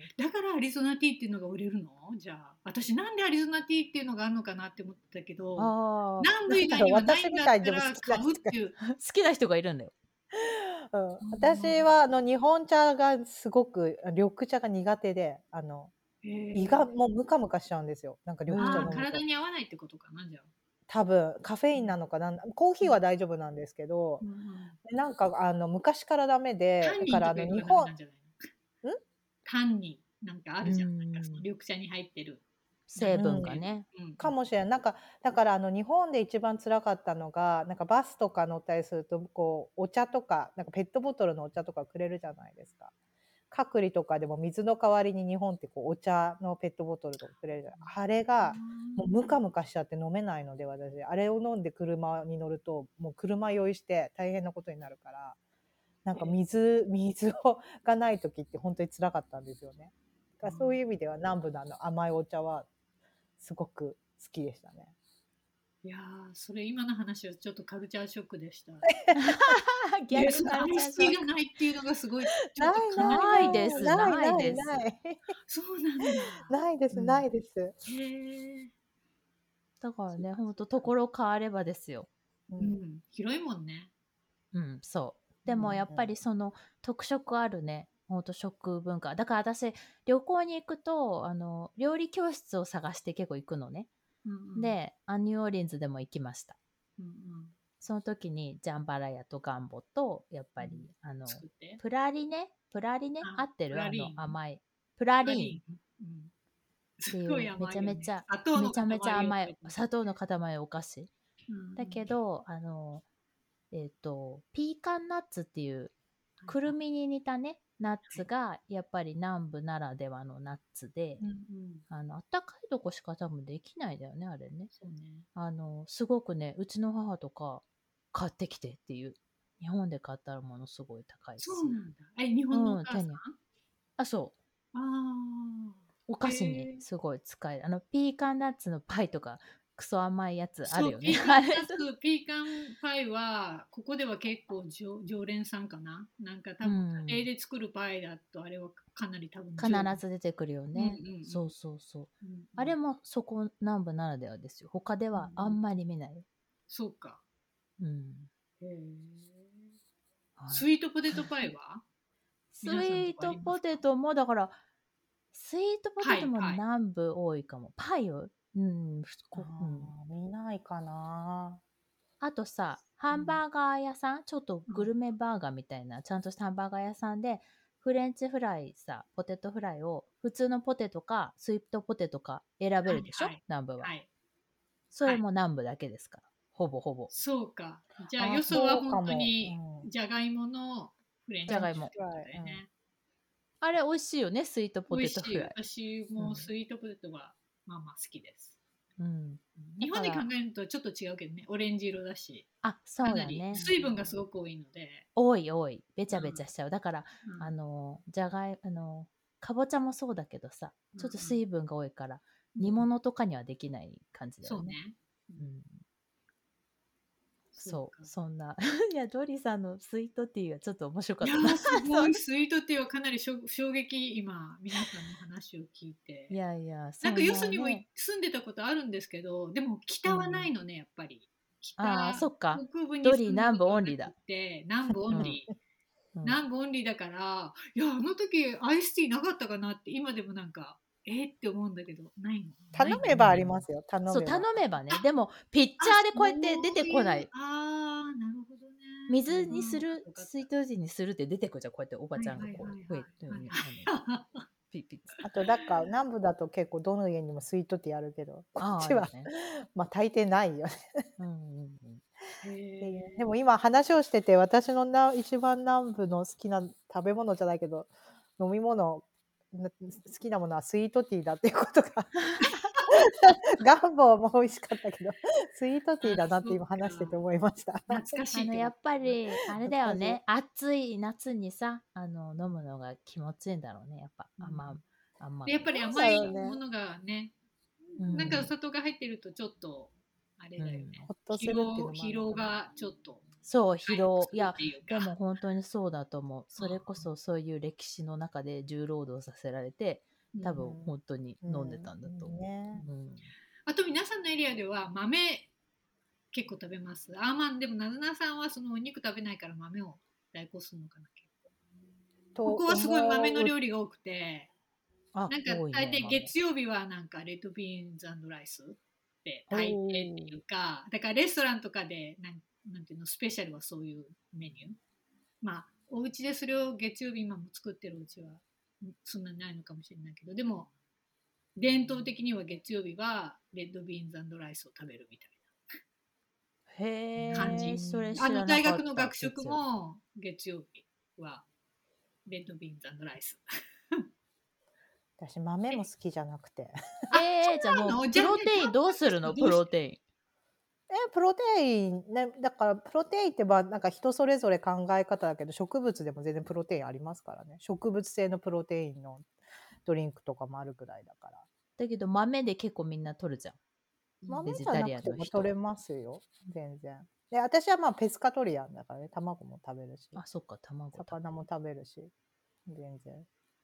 だからアリゾナティーっていうのが売れるの？じゃあ私なんでアリゾナティーっていうのがあるのかなって思ってたけど、 ああ、 南部以外にはない私みんだったらたいにでも好きな買人が、 うっていう。 好きな人がいるんだよ。 うん、私はあの日本茶がすごく緑茶が苦手で、あのへ胃え。 がもうムカムカしちゃうんですよ。なんか緑茶ああ、 飲むと。 体に合わないってことかな、じゃあ。 多分カフェインなのかなんコーヒーは大丈夫なんですけど、 うんうん、 なんかあの昔からダメで、 タンニンだからあとかいうのがダメの日本、 なんじゃないんの？タンニンなんかあうるじゃん。なんかそのん。 緑茶に入ってる。 成分うんがね。 うんかもしれない。なんかだからあの日本で一番辛かったのが、なんかバスとか乗ったりするとこうお茶とかなんかペットボトルのお茶とかくれるじゃないですか。隔離とかでも水の代わりに日本ってこうお茶のペットボトルとかくれるじゃない。あれがもうムカムカしちゃって飲めないので、私あれを飲んで車に乗るともう車酔いして大変なことになるから、なんか水水をがない時って本当に辛かったんですよね。だからそういう意味では南部のあの甘いお茶はすごく好きでしたね。 いやー、それ今の話はちょっとカルチャーショックでした。 逆えそのアイスティーがないっていうのがすごいちょっとないないですないないですないそうなんだ。 ないですうんないです。 へえ。 だからね、ほんとところ変わればですよ。 ううんん、広いもんね。 うん、そう。でもやっぱりその特色あるね、ほんと食文化。だから私、旅行に行くと、あの、料理教室を探して結構行くのね。 うんうん、 で、あニューオーリンズでも行きました。 うんうんその時にジャンバラヤとガンボと、やっぱり、 うんあの、 作って。 プラリネプラリネあ合ってるあプラリーンの甘い。プラプラリーンっリーン。うん、 てすごいいうめちゃ甘いよね。 めちゃ、 砂糖のめちゃめちゃ甘い塊を食べて砂糖の塊お菓子。 うんうんだけど、あの、えっ、と、ピーカンナッツっていう、くるみに似たね、ナッツが、やっぱり南部ならではのナッツで、 うんうん、 あの、あったかいとこしか多分できないんだよね、あれね。 そうね。 あの、すごくね、うちの母とか、買ってきてっていう。日本で買ったらものすごい高いし。 そうなんだ。え、日本のおうん、 母さん？ 手に。あ、そう。 ああ。 お菓子にすごい使える。あの、ピーカンナッツのパイとか、クソ甘いやつあそう、 るよね。 ピーカンナッツ、ピーカンパイは、ここでは結構常常連さんかな。なんか多分うん家庭で作るパイだと、あれはかなり多分必ず出てくるよね。 うんうんうんそうそうそう。 うんうん、 あれもそこ南部ならではですよ。他ではあんまり見ない。 そうか。 うん。 へえ。 はいスイートポテトパイはスイートポテトも、だから、スイートポテトもパイパイ南部多いかも。パイをうん、 あこうん。 ー見ないかな。 あとさ、ハンバーガー屋さん、ちょっとグルメバーガーみたいな、ちゃんとしたハンバーガー屋さんで、フレンチフライさ、ポテトフライを普通のポテトかスイートポテトか選べるでしょ、 はいはい南部は。 はい。 それも南部だけですから。ほぼほぼ。 そうか。じゃあ、 あよそはそうかも本当にうんじゃがいものフレンチじゃがいもってことだよね。 あれ美味しいよね、スイートポ美味しい。 テトフライ。 私もスイートポテトはまあまあ好きです。 うん。 日本で考だからえるとちょっと違うけどね、オレンジ色だし、 あ、そかなりうだね。 水分がすごく多いので、 多い多い。べちゃべちゃしちゃう。だから、 うんあの、じゃがい、あの、かぼちゃもそうだけどさ、ちょっと水分が多いから、煮物とかにはできない感じだよね。 そうね。 うんそそうか、 そんな。いや、ドリさんのスイートティーはちょっと面白かいったな。 やーすごいスイートティーはかなりしょ衝撃、今皆さんの話を聞いて。 いやいや、 なんかよそにもね、 住んでたことあるんですけど、でも北はないのね、やっぱり。北あーそっか北部にドリー住んだことがなく南部オンリーだて南部オンリー。 うん南部オンリーだから、いや、あの時アイスティーなかったかなって今でもなんか、えー、って思うんだけど、ないの。 頼めばありますよ。頼めば。 そう、頼めばね。でも、ピッチャーでこうやって出てこない。 ああ、なるほどね。 水にするうん、 スイートティーにするって出てくるじゃん。こうやっておばちゃんがこう、 はいはい増えはいはいてるね。ピッピッツ。 あとだから南部だと結構どの家にもスイートティーあるけど、こあっちは、 あるねまあ大抵ないよね。 うんうんうんへっていうーでも今話をしてて私のな一番南部の好きな食べ物じゃないけど飲み物な好きなものはスイートティーだっていうことがガンボーも美味しかったけどスイートティーだなって今話してて思いました。 懐かしいってあのやっぱりあれだよね懐暑い夏にさあの飲むのが気持ちいいんだろうねやっぱ甘甘でやっぱり甘いものがね、 うんなんかお砂糖が入ってるとちょっとあれだよね。 うんほっとす疲るっていうのもあるのかな労疲労がちょっとそう疲労いやっていうかでも本当にそうだと思う。それこそそういう歴史の中で重労働させられて多分本当に飲んでたんだと思う。 うんねうんあと皆さんのエリアでは豆結構食べます。あまあでもなずなさんはそのお肉食べないから豆を代行するのかな。 とここはすごい豆の思う料理が多くて、 あなんか多い大抵ね豆月曜日はなんかレッドビーンズライスって大抵っていうほか、だからレストランとかでなんなんていうのスペシャルはそういうメニュー。まあお家でそれを月曜日今も作ってるうちはそんなにないのかもしれないけど、でも伝統的には月曜日はレッドビーンズライスを食べるみたいへな感じ。 えそれあ知らの大なかった学の学食月曜も月曜日はレッドビーンズライス。 私豆も好きじゃなくてえー、じゃあもあのうプロテインどうするのプロテインえプロテインねだからプロテインってまあなんか人それぞれ考え方だけど植物でも全然プロテインありますからね。植物性のプロテインのドリンクとかもあるぐらいだから。 だけど豆で結構みんな取るじゃん。 豆ベジタじゃなくてリアンの人も取れますよ全然。で私はまあペスカトリアンだからね卵も食べるしあそっか卵食べ魚も食べるし全然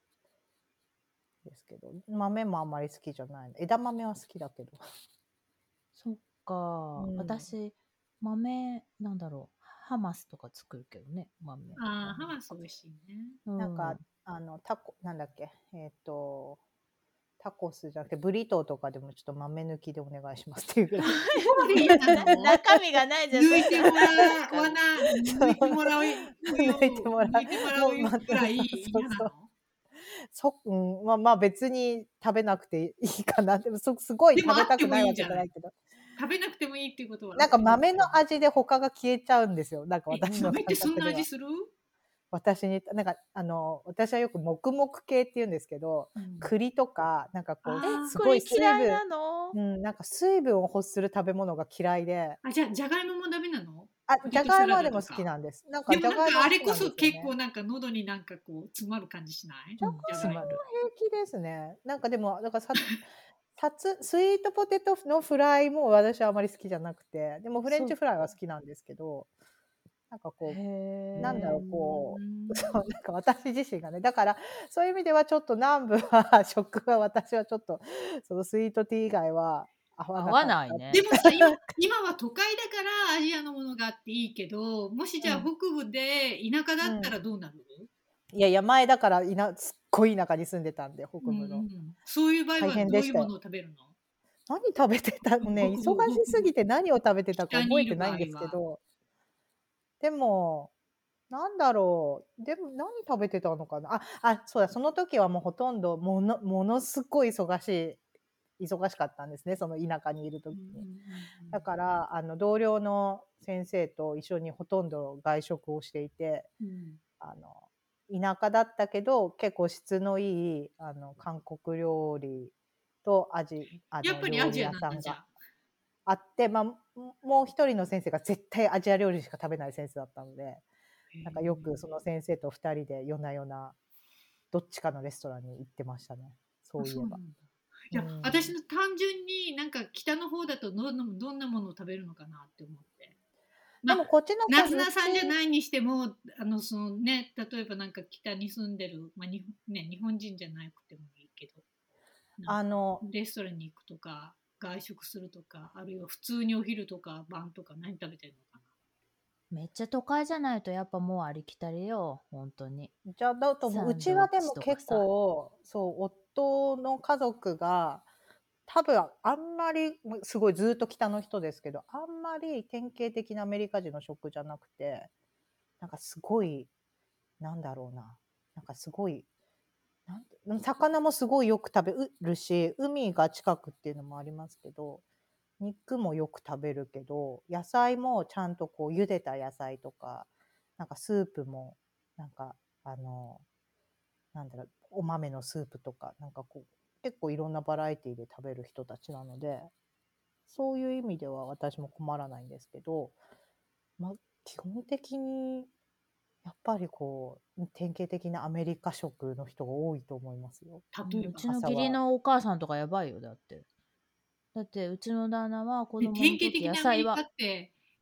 ですけど豆もあんまり好きじゃないの。枝豆は好きだけどそっか、 うん私豆なんだろうハマスとか作るけどね豆ああ、ハマス美味しいね。 なんか、あのタコなんだっけえっ、とタコスじゃなくてブリトーとかでもちょっと豆抜きでお願いしますっていうぐらいここまで嫌なの中身がないじゃん抜いてもらうわな、抜いてもらうよ、 抜いてもらう抜いてもらうもうまたぐらいそうそう嫌なのそ、うん、まあまあ別に食べなくていいかな。でもそすごいでも食べたくないわあってもいいじゃないけじゃないけど。 食べなくてもいいっていうことは。 なんか豆の味で他が消えちゃうんですよ。なんかえ私の豆ってそん感覚では。 な味する私に、なんかあの、私はよく黙々系って言うんですけど、 うん栗とか、なんかこあーう、すこれごい水分、 嫌いなの、 うん、なんか水分を欲する食べ物が嫌いで、 あ、じゃあ、じゃがいももダメなのあ、じゃがいもはでもポテトサラダとか好きなんです。なんかでもなんじゃがいもかあれこそ好きなんですよね。 結構なんか喉になんかこう詰まる感じしないうんじゃがいも詰まる平気ですね。なんかでも、だからさ、さつスイートポテトのフライも私はあまり好きじゃなくて、でもフレンチフライは好きなんですけど、なんかこう、 へなんだろう、 うこう、 んそう、なんか私自身がね、だからそういう意味ではちょっと南部は食は私はちょっとそのスイートティー以外は合わ合なかった。 わないねでもさ今、今は都会だからアジアのものがあっていいけど、もしじゃあうん北部で田舎だったらどうなる、 いやいや、前だからいなすっごい田舎に住んでたんで、北部の。 うんうんそういう場合大は変でしたよ。 どういうものを食べるの何食べてたのね、 北部忙しすぎて何を食べてたか北に覚えいる場合はてないんですけど、でも、なんだろう、でも何食べてたのかな。あ、あ、そうだ、その時はもうほとんどものものすごい忙しい忙しかったんですね、その田舎にいる時に。だからあの同僚の先生と一緒にほとんど外食をしていて、 うんあの田舎だったけど結構質のいいあの韓国料理とアジあやっの料理ぱりアジア屋さんがなんだじゃあ。 あって、まあ、ももう一人の先生が絶対アジア料理しか食べない先生だったので、なんかよくその先生と二人で夜な夜などっちかのレストランに行ってましたね。そういえば。 あそうなんだいや、 うん私の単純になんか北の方だとどんなどんなものを食べるのかなって思って。まあでもこっちのなずなさんじゃい。 ないにしてもあのそのね例えばなんか北に住んでる、まあにね、日本人じゃなくてもいいけどあのレストランに行くとか外食するとかあるいは普通にお昼とか晩とか何食べてるのかめっちゃ都会じゃないとやっぱもうありきたりよ本当にじゃあだと思う。うちはでも結構そう夫の家族が多分あんまりすごいずっと北の人ですけど、あんまり典型的なアメリカ人の食じゃなくて、なんかすごいなんだろうな、なんかすごいなんて魚もすごいよく食べるし、海が近くっていうのもありますけど、肉もよく食べるけど、野菜もちゃんとこう茹でた野菜とか、なんかスープもなんかあのなんだろうお豆のスープとかなんかこう結構いろんなバラエティで食べる人たちなので、そういう意味では私も困らないんですけど、まあ、基本的にやっぱりこう典型的なアメリカ食の人が多いと思いますよ。 な例えばうちの義理のお母さんとかやばいよだってだってうちの旦那は子供の典型時的なアメリカ野菜はって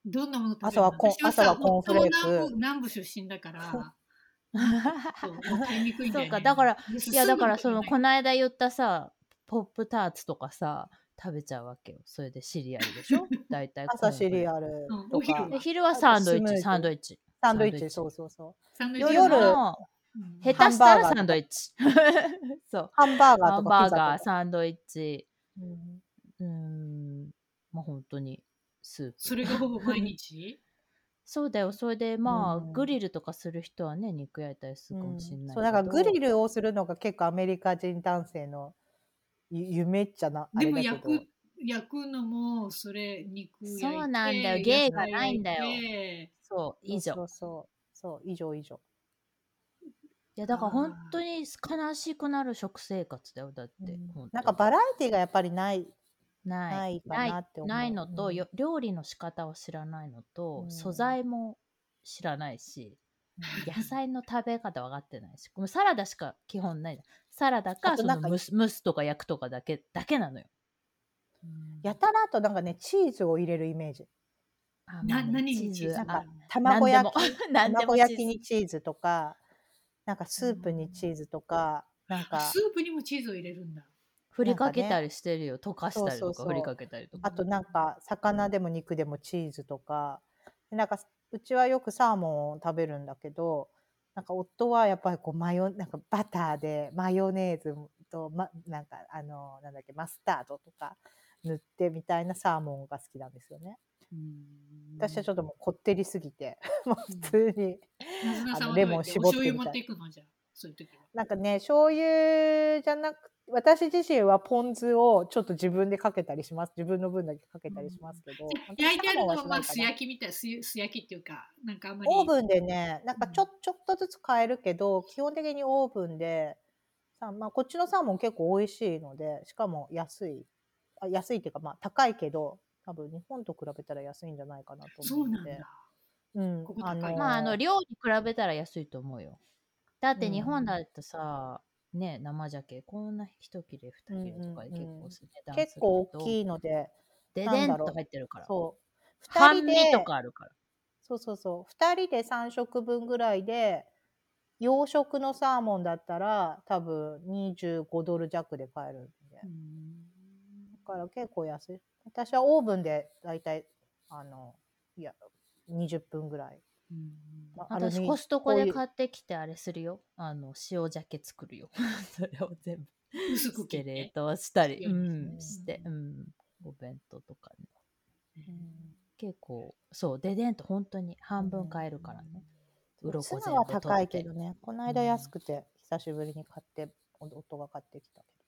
どんなもの食べ朝はコンるの？私は朝はさ、 コーンフレー南部ク。 南部出身だから、そう、わかりにくいんだそうか、 よね。 だから、 でいや、だすぐから、その、 食べない。 この間言ったさ、ポップターツとかさ、食べちゃうわけよ。それでシリアルでしょだいたいコ朝シーンフレーク。 リアルうん、 とか、 お昼はで昼はあとサンドイッチ、 スムージー。 サンドイッチ、 サンドイッチ、 サンドイッチ。 そうそうそう。 サンドイッチ夜は、 夜、 も、 うん下ハン手したらサバーガーとか、 ンドイッチ。そう。 ハンバーガーハンとかバーガー、 ピザとか。 サンドイッチ、 うんうーん、まあ本当にスープ。 それがほぼ毎日そうだよ。それでうまあ、グんリルとかする人はね、肉焼いたりすうるかもしれん、 ないそう、なんかグけど、 リルをするのが結構アメリカ人男性のゆ夢っちゃな、あでれだけど。 も焼く、焼くのも、それ、肉焼そういなんだよ。 て、 芸が野菜焼いないんだよ。 て、 そう、以上。 そうそうそう。そう、以上以上。 いや、だから本あ当に悲しくなる食生活だよ。だって、 うん、 本当に。 なんかバラエティがやっぱりない、 ない。 ないかな、 ないって思ないのう。 と、よ料理の仕方を知らないのうと、 ん素材も知らないし、 うん野菜の食べ方分かってないし、このサラダしか基本ない。サラダか、 あとなんか、 その蒸す蒸すとか焼くとかだけ、だけなのよ。 やたらとなんかね、チーズを入れるイメージ。 あ、 なまあね、 何チーズ、 にチーズなんかあ、 卵なんでも、 焼き、 なんで卵もチーズ。 焼きにチーズとか、なんかスープにチーズとか、なんあ、 か、 スープにもチーズを入れるんだ。 振りなんかね、 かけたりしてるよ。溶かしそうたりとか、振りそうそう。 かけたりとか。 あとなんか、魚でも肉でもチーズとか、でなんか、うちはよくサーモンを食べるんだけど、なんか夫はやっぱりこうマヨ、なんかバターでマヨネーズと、ま、なんかあの、なんだっけ、マスタードとか塗ってみたいなサーモンが好きなんですよね。私はちょっともうこってりすぎて、もう普通に、 なずなあの、 さんはどうやっておレモン絞っ醤油持てみたい。 っていくの？じゃあ、そういう時は。 なんかね、醤油じゃなく、私自身はポン酢をちょっと自分でかけたりします。自分の分だけかけたりしますけど、 じゃあ本当に焼いてあサーモンはるのはまあ素しないかな。 焼きみたい、素素焼きっていうか、なんかあんまり、 オーブンでね、なんかちょ、 うんちょっとずつ変えるけど、基本的にオーブンで、さまあ、こっちのサーモン結構美味しいので、しかも安い。あ、安いっていうか、まあ高いけど、多分日本と比べたら安いんじゃないかなとそうなんだ。 思うので。うん、あここ高い。 まあ、あの、 の量に比べたら安いと思うよ。だっー、うて日本ん、 だとさ、ね、生鮭、こんな一切れ、 うん二切れとかでうんうん。 結構値段結する構大けど、 きいので、 ででんとなんだろう。 入ってるから。 そう。二人半身とで、 かあるから。 そうそうそう。二人でさん食分ぐらいで、洋食のサーモンだったら多分にじゅうごドル弱で買えるんで。だから結構安い。私はオーブンでだいたい、あの、いや、にじゅっぷんぐらい。まあ、アル私、 ミ、 コストコこういう、 で買ってきてあれするよ。あの、塩鮭作るよ。それを全部薄くして冷切って。 凍したり、う塩にん、して、うん、お弁当とかね。 うん結構、そう、ででんと本当に半分買えるからね。 そうツ鱗全部ナは高取って。 いけどね、この間安くて久しぶりに買って、夫が買ってきたけど。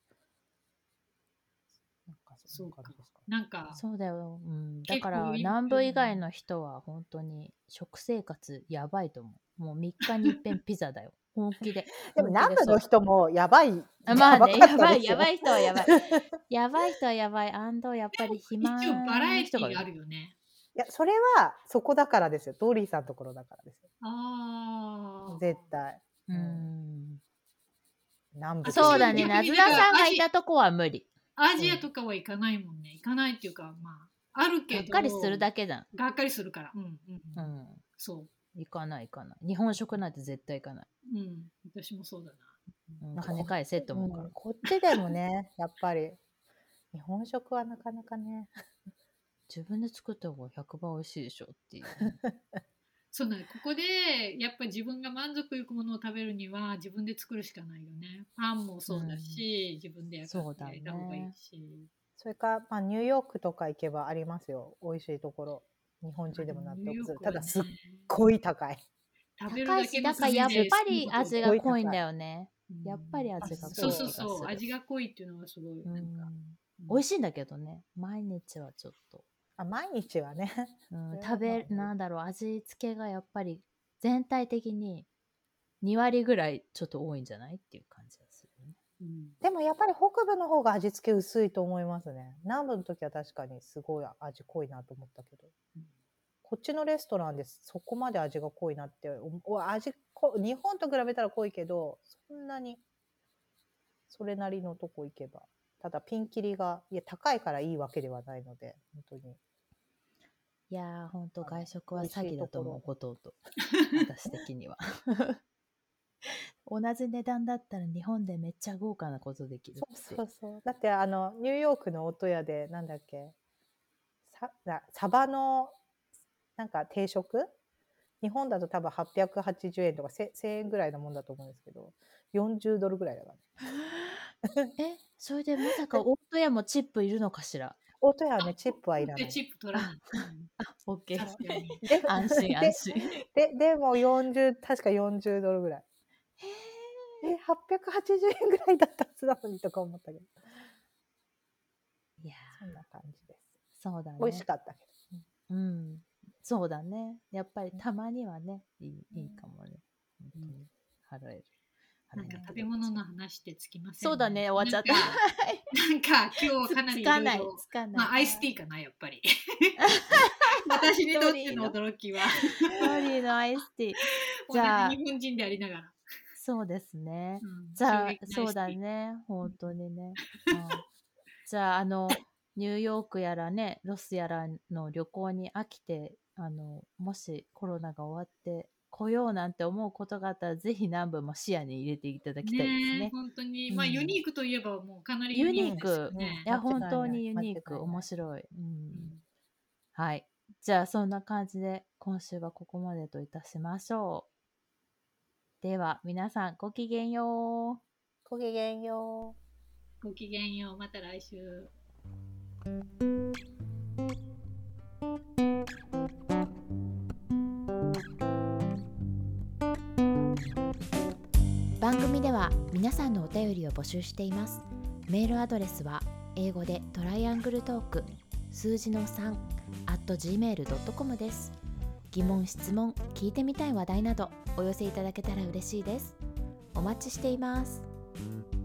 なんかそんなそうか感じですか。 なんか、 そうだよ。うん。だ結から、 構い南部以外の人は本当に食生活やばいと思う。もうみっかに一遍ピザだよ。本気で。 でも本気でそう。 南部の人もやばい、 あまあね、 やばかっやばい、 たですよ。 やばい人はやばい。やばい人はやばい。アンド、やっぱり肥一応バラ満のエティーがあ人がいる。 るよね。 いや、それはそこだからですよ。ドーリーさんのところだからですよ。 ああ。 絶対。 ううんん。 南部そうだね。 逆なずなにだからさんがいたとこは無理。 アジアとかは行かないもんね。行かないっていうか、まあ、あるけど。 がっかりするだけだ。 がっかりするから。うんうん。 ううん、 ん。 そ行かない行かない。日本食なんて絶対行かない。 う。うん。私もそうだな。 うん、 なんか金返せって思うから。 うんこっちでもね、やっぱり日本食はなかなかね。 自分で作った方がひゃくばい美味しいでしょっていう。 そうなの。ここでやっぱ自分が満足いくものを食べるには自分で作るしかないよね。パンもそうだし、自分で焼かそうだね焼いた方がいいし。 それか、まあ、ニューヨークとか行けばありますよ。美味しいところ。日本人でも納ニューヨ得する。 ークはねただすっごい高い。 食べる高いし、 だけのだからやっでぱり味がすごい高い濃いんだよね。 うんやっぱり味が濃い気そうがする。 そうそう。味が濃いっていうのはすごい。 うなんかん。美味しいんだけどね。毎日はちょっと。 あ、毎日はね。 うん、 それは食べ、 まあなんだろう、味付けがやっぱり全体的にに割ぐらいちょっと多いんじゃないっていう感じがするね。 うんでもやっぱり北部の方が味付け薄いと思いますね。南部の時は確かにすごい味濃いなと思ったけど。 うんこっちのレストランでそこまで味が濃いなってお味こ日本と比べたら濃いけどそんなにそれなりのとこ行けばただピンキリがいや高いからいいわけではないので本当にいやーほんと外食は美味しい詐欺だと思う、 とほとんど私的には同じ値段だったら日本でめっちゃ豪華なことできるそうってそうそう。だってあのニューヨークの音屋でなんだっけ、さなサバのなんか定食、日本だと多分はっぴゃくはちじゅうえんとかせせんえんぐらいのもんだと思うんですけど、よんじゅうドルぐらいだからね。 えそれでまさか大戸屋もチップいるのかしら。 音屋はねチップはいらない。 チップ取らない。 あ、オッケーさすがに。 で安心安心ででもよんじゅう確かよんじゅうドルぐらい。 へーえはっぴゃくはちじゅうえんぐらいだったはずなのにとか思ったけど、 いやそんな感じです。 ーそうだね美味しかったけど。 うんそうだねやっぱりたまにはねいいいいかもね本当に払えるなんか食べ物の話ってつきませんね。 そうだね終わっちゃったなんかなんか今日はかなりいろいつかないろつかないまあアイスティーかなやっぱり私にとっての驚きはロリーのアイスティーじゃあ同じ日本人でありながら、 そうですね、 うんじゃあ衝撃のアイスティーそうだね本当にね、うんじゃああのニューヨークやらねロスやらの旅行に飽きてあのもしコロナが終わって来ようなんて思うことがあったらぜひ南部も視野に入れていただきたいですねねえ本当に、 うんまあユニークといえばもうかなりユユニークですニークよね。 いや間違いない本当にユニーク間違いない面白い、うんうんはいじゃあそんな感じで今週はここまでといたしましょう。では皆さんごきげんよう。 ごきげんよう。 ごきげんよう。また来週。 番組では皆さんのお便りを募集しています。メールアドレスは英語でトライアングルトーク数字のさん アットジーメールドットコム です。疑問、質問、聞いてみたい話題などお寄せいただけたら嬉しいです。お待ちしています。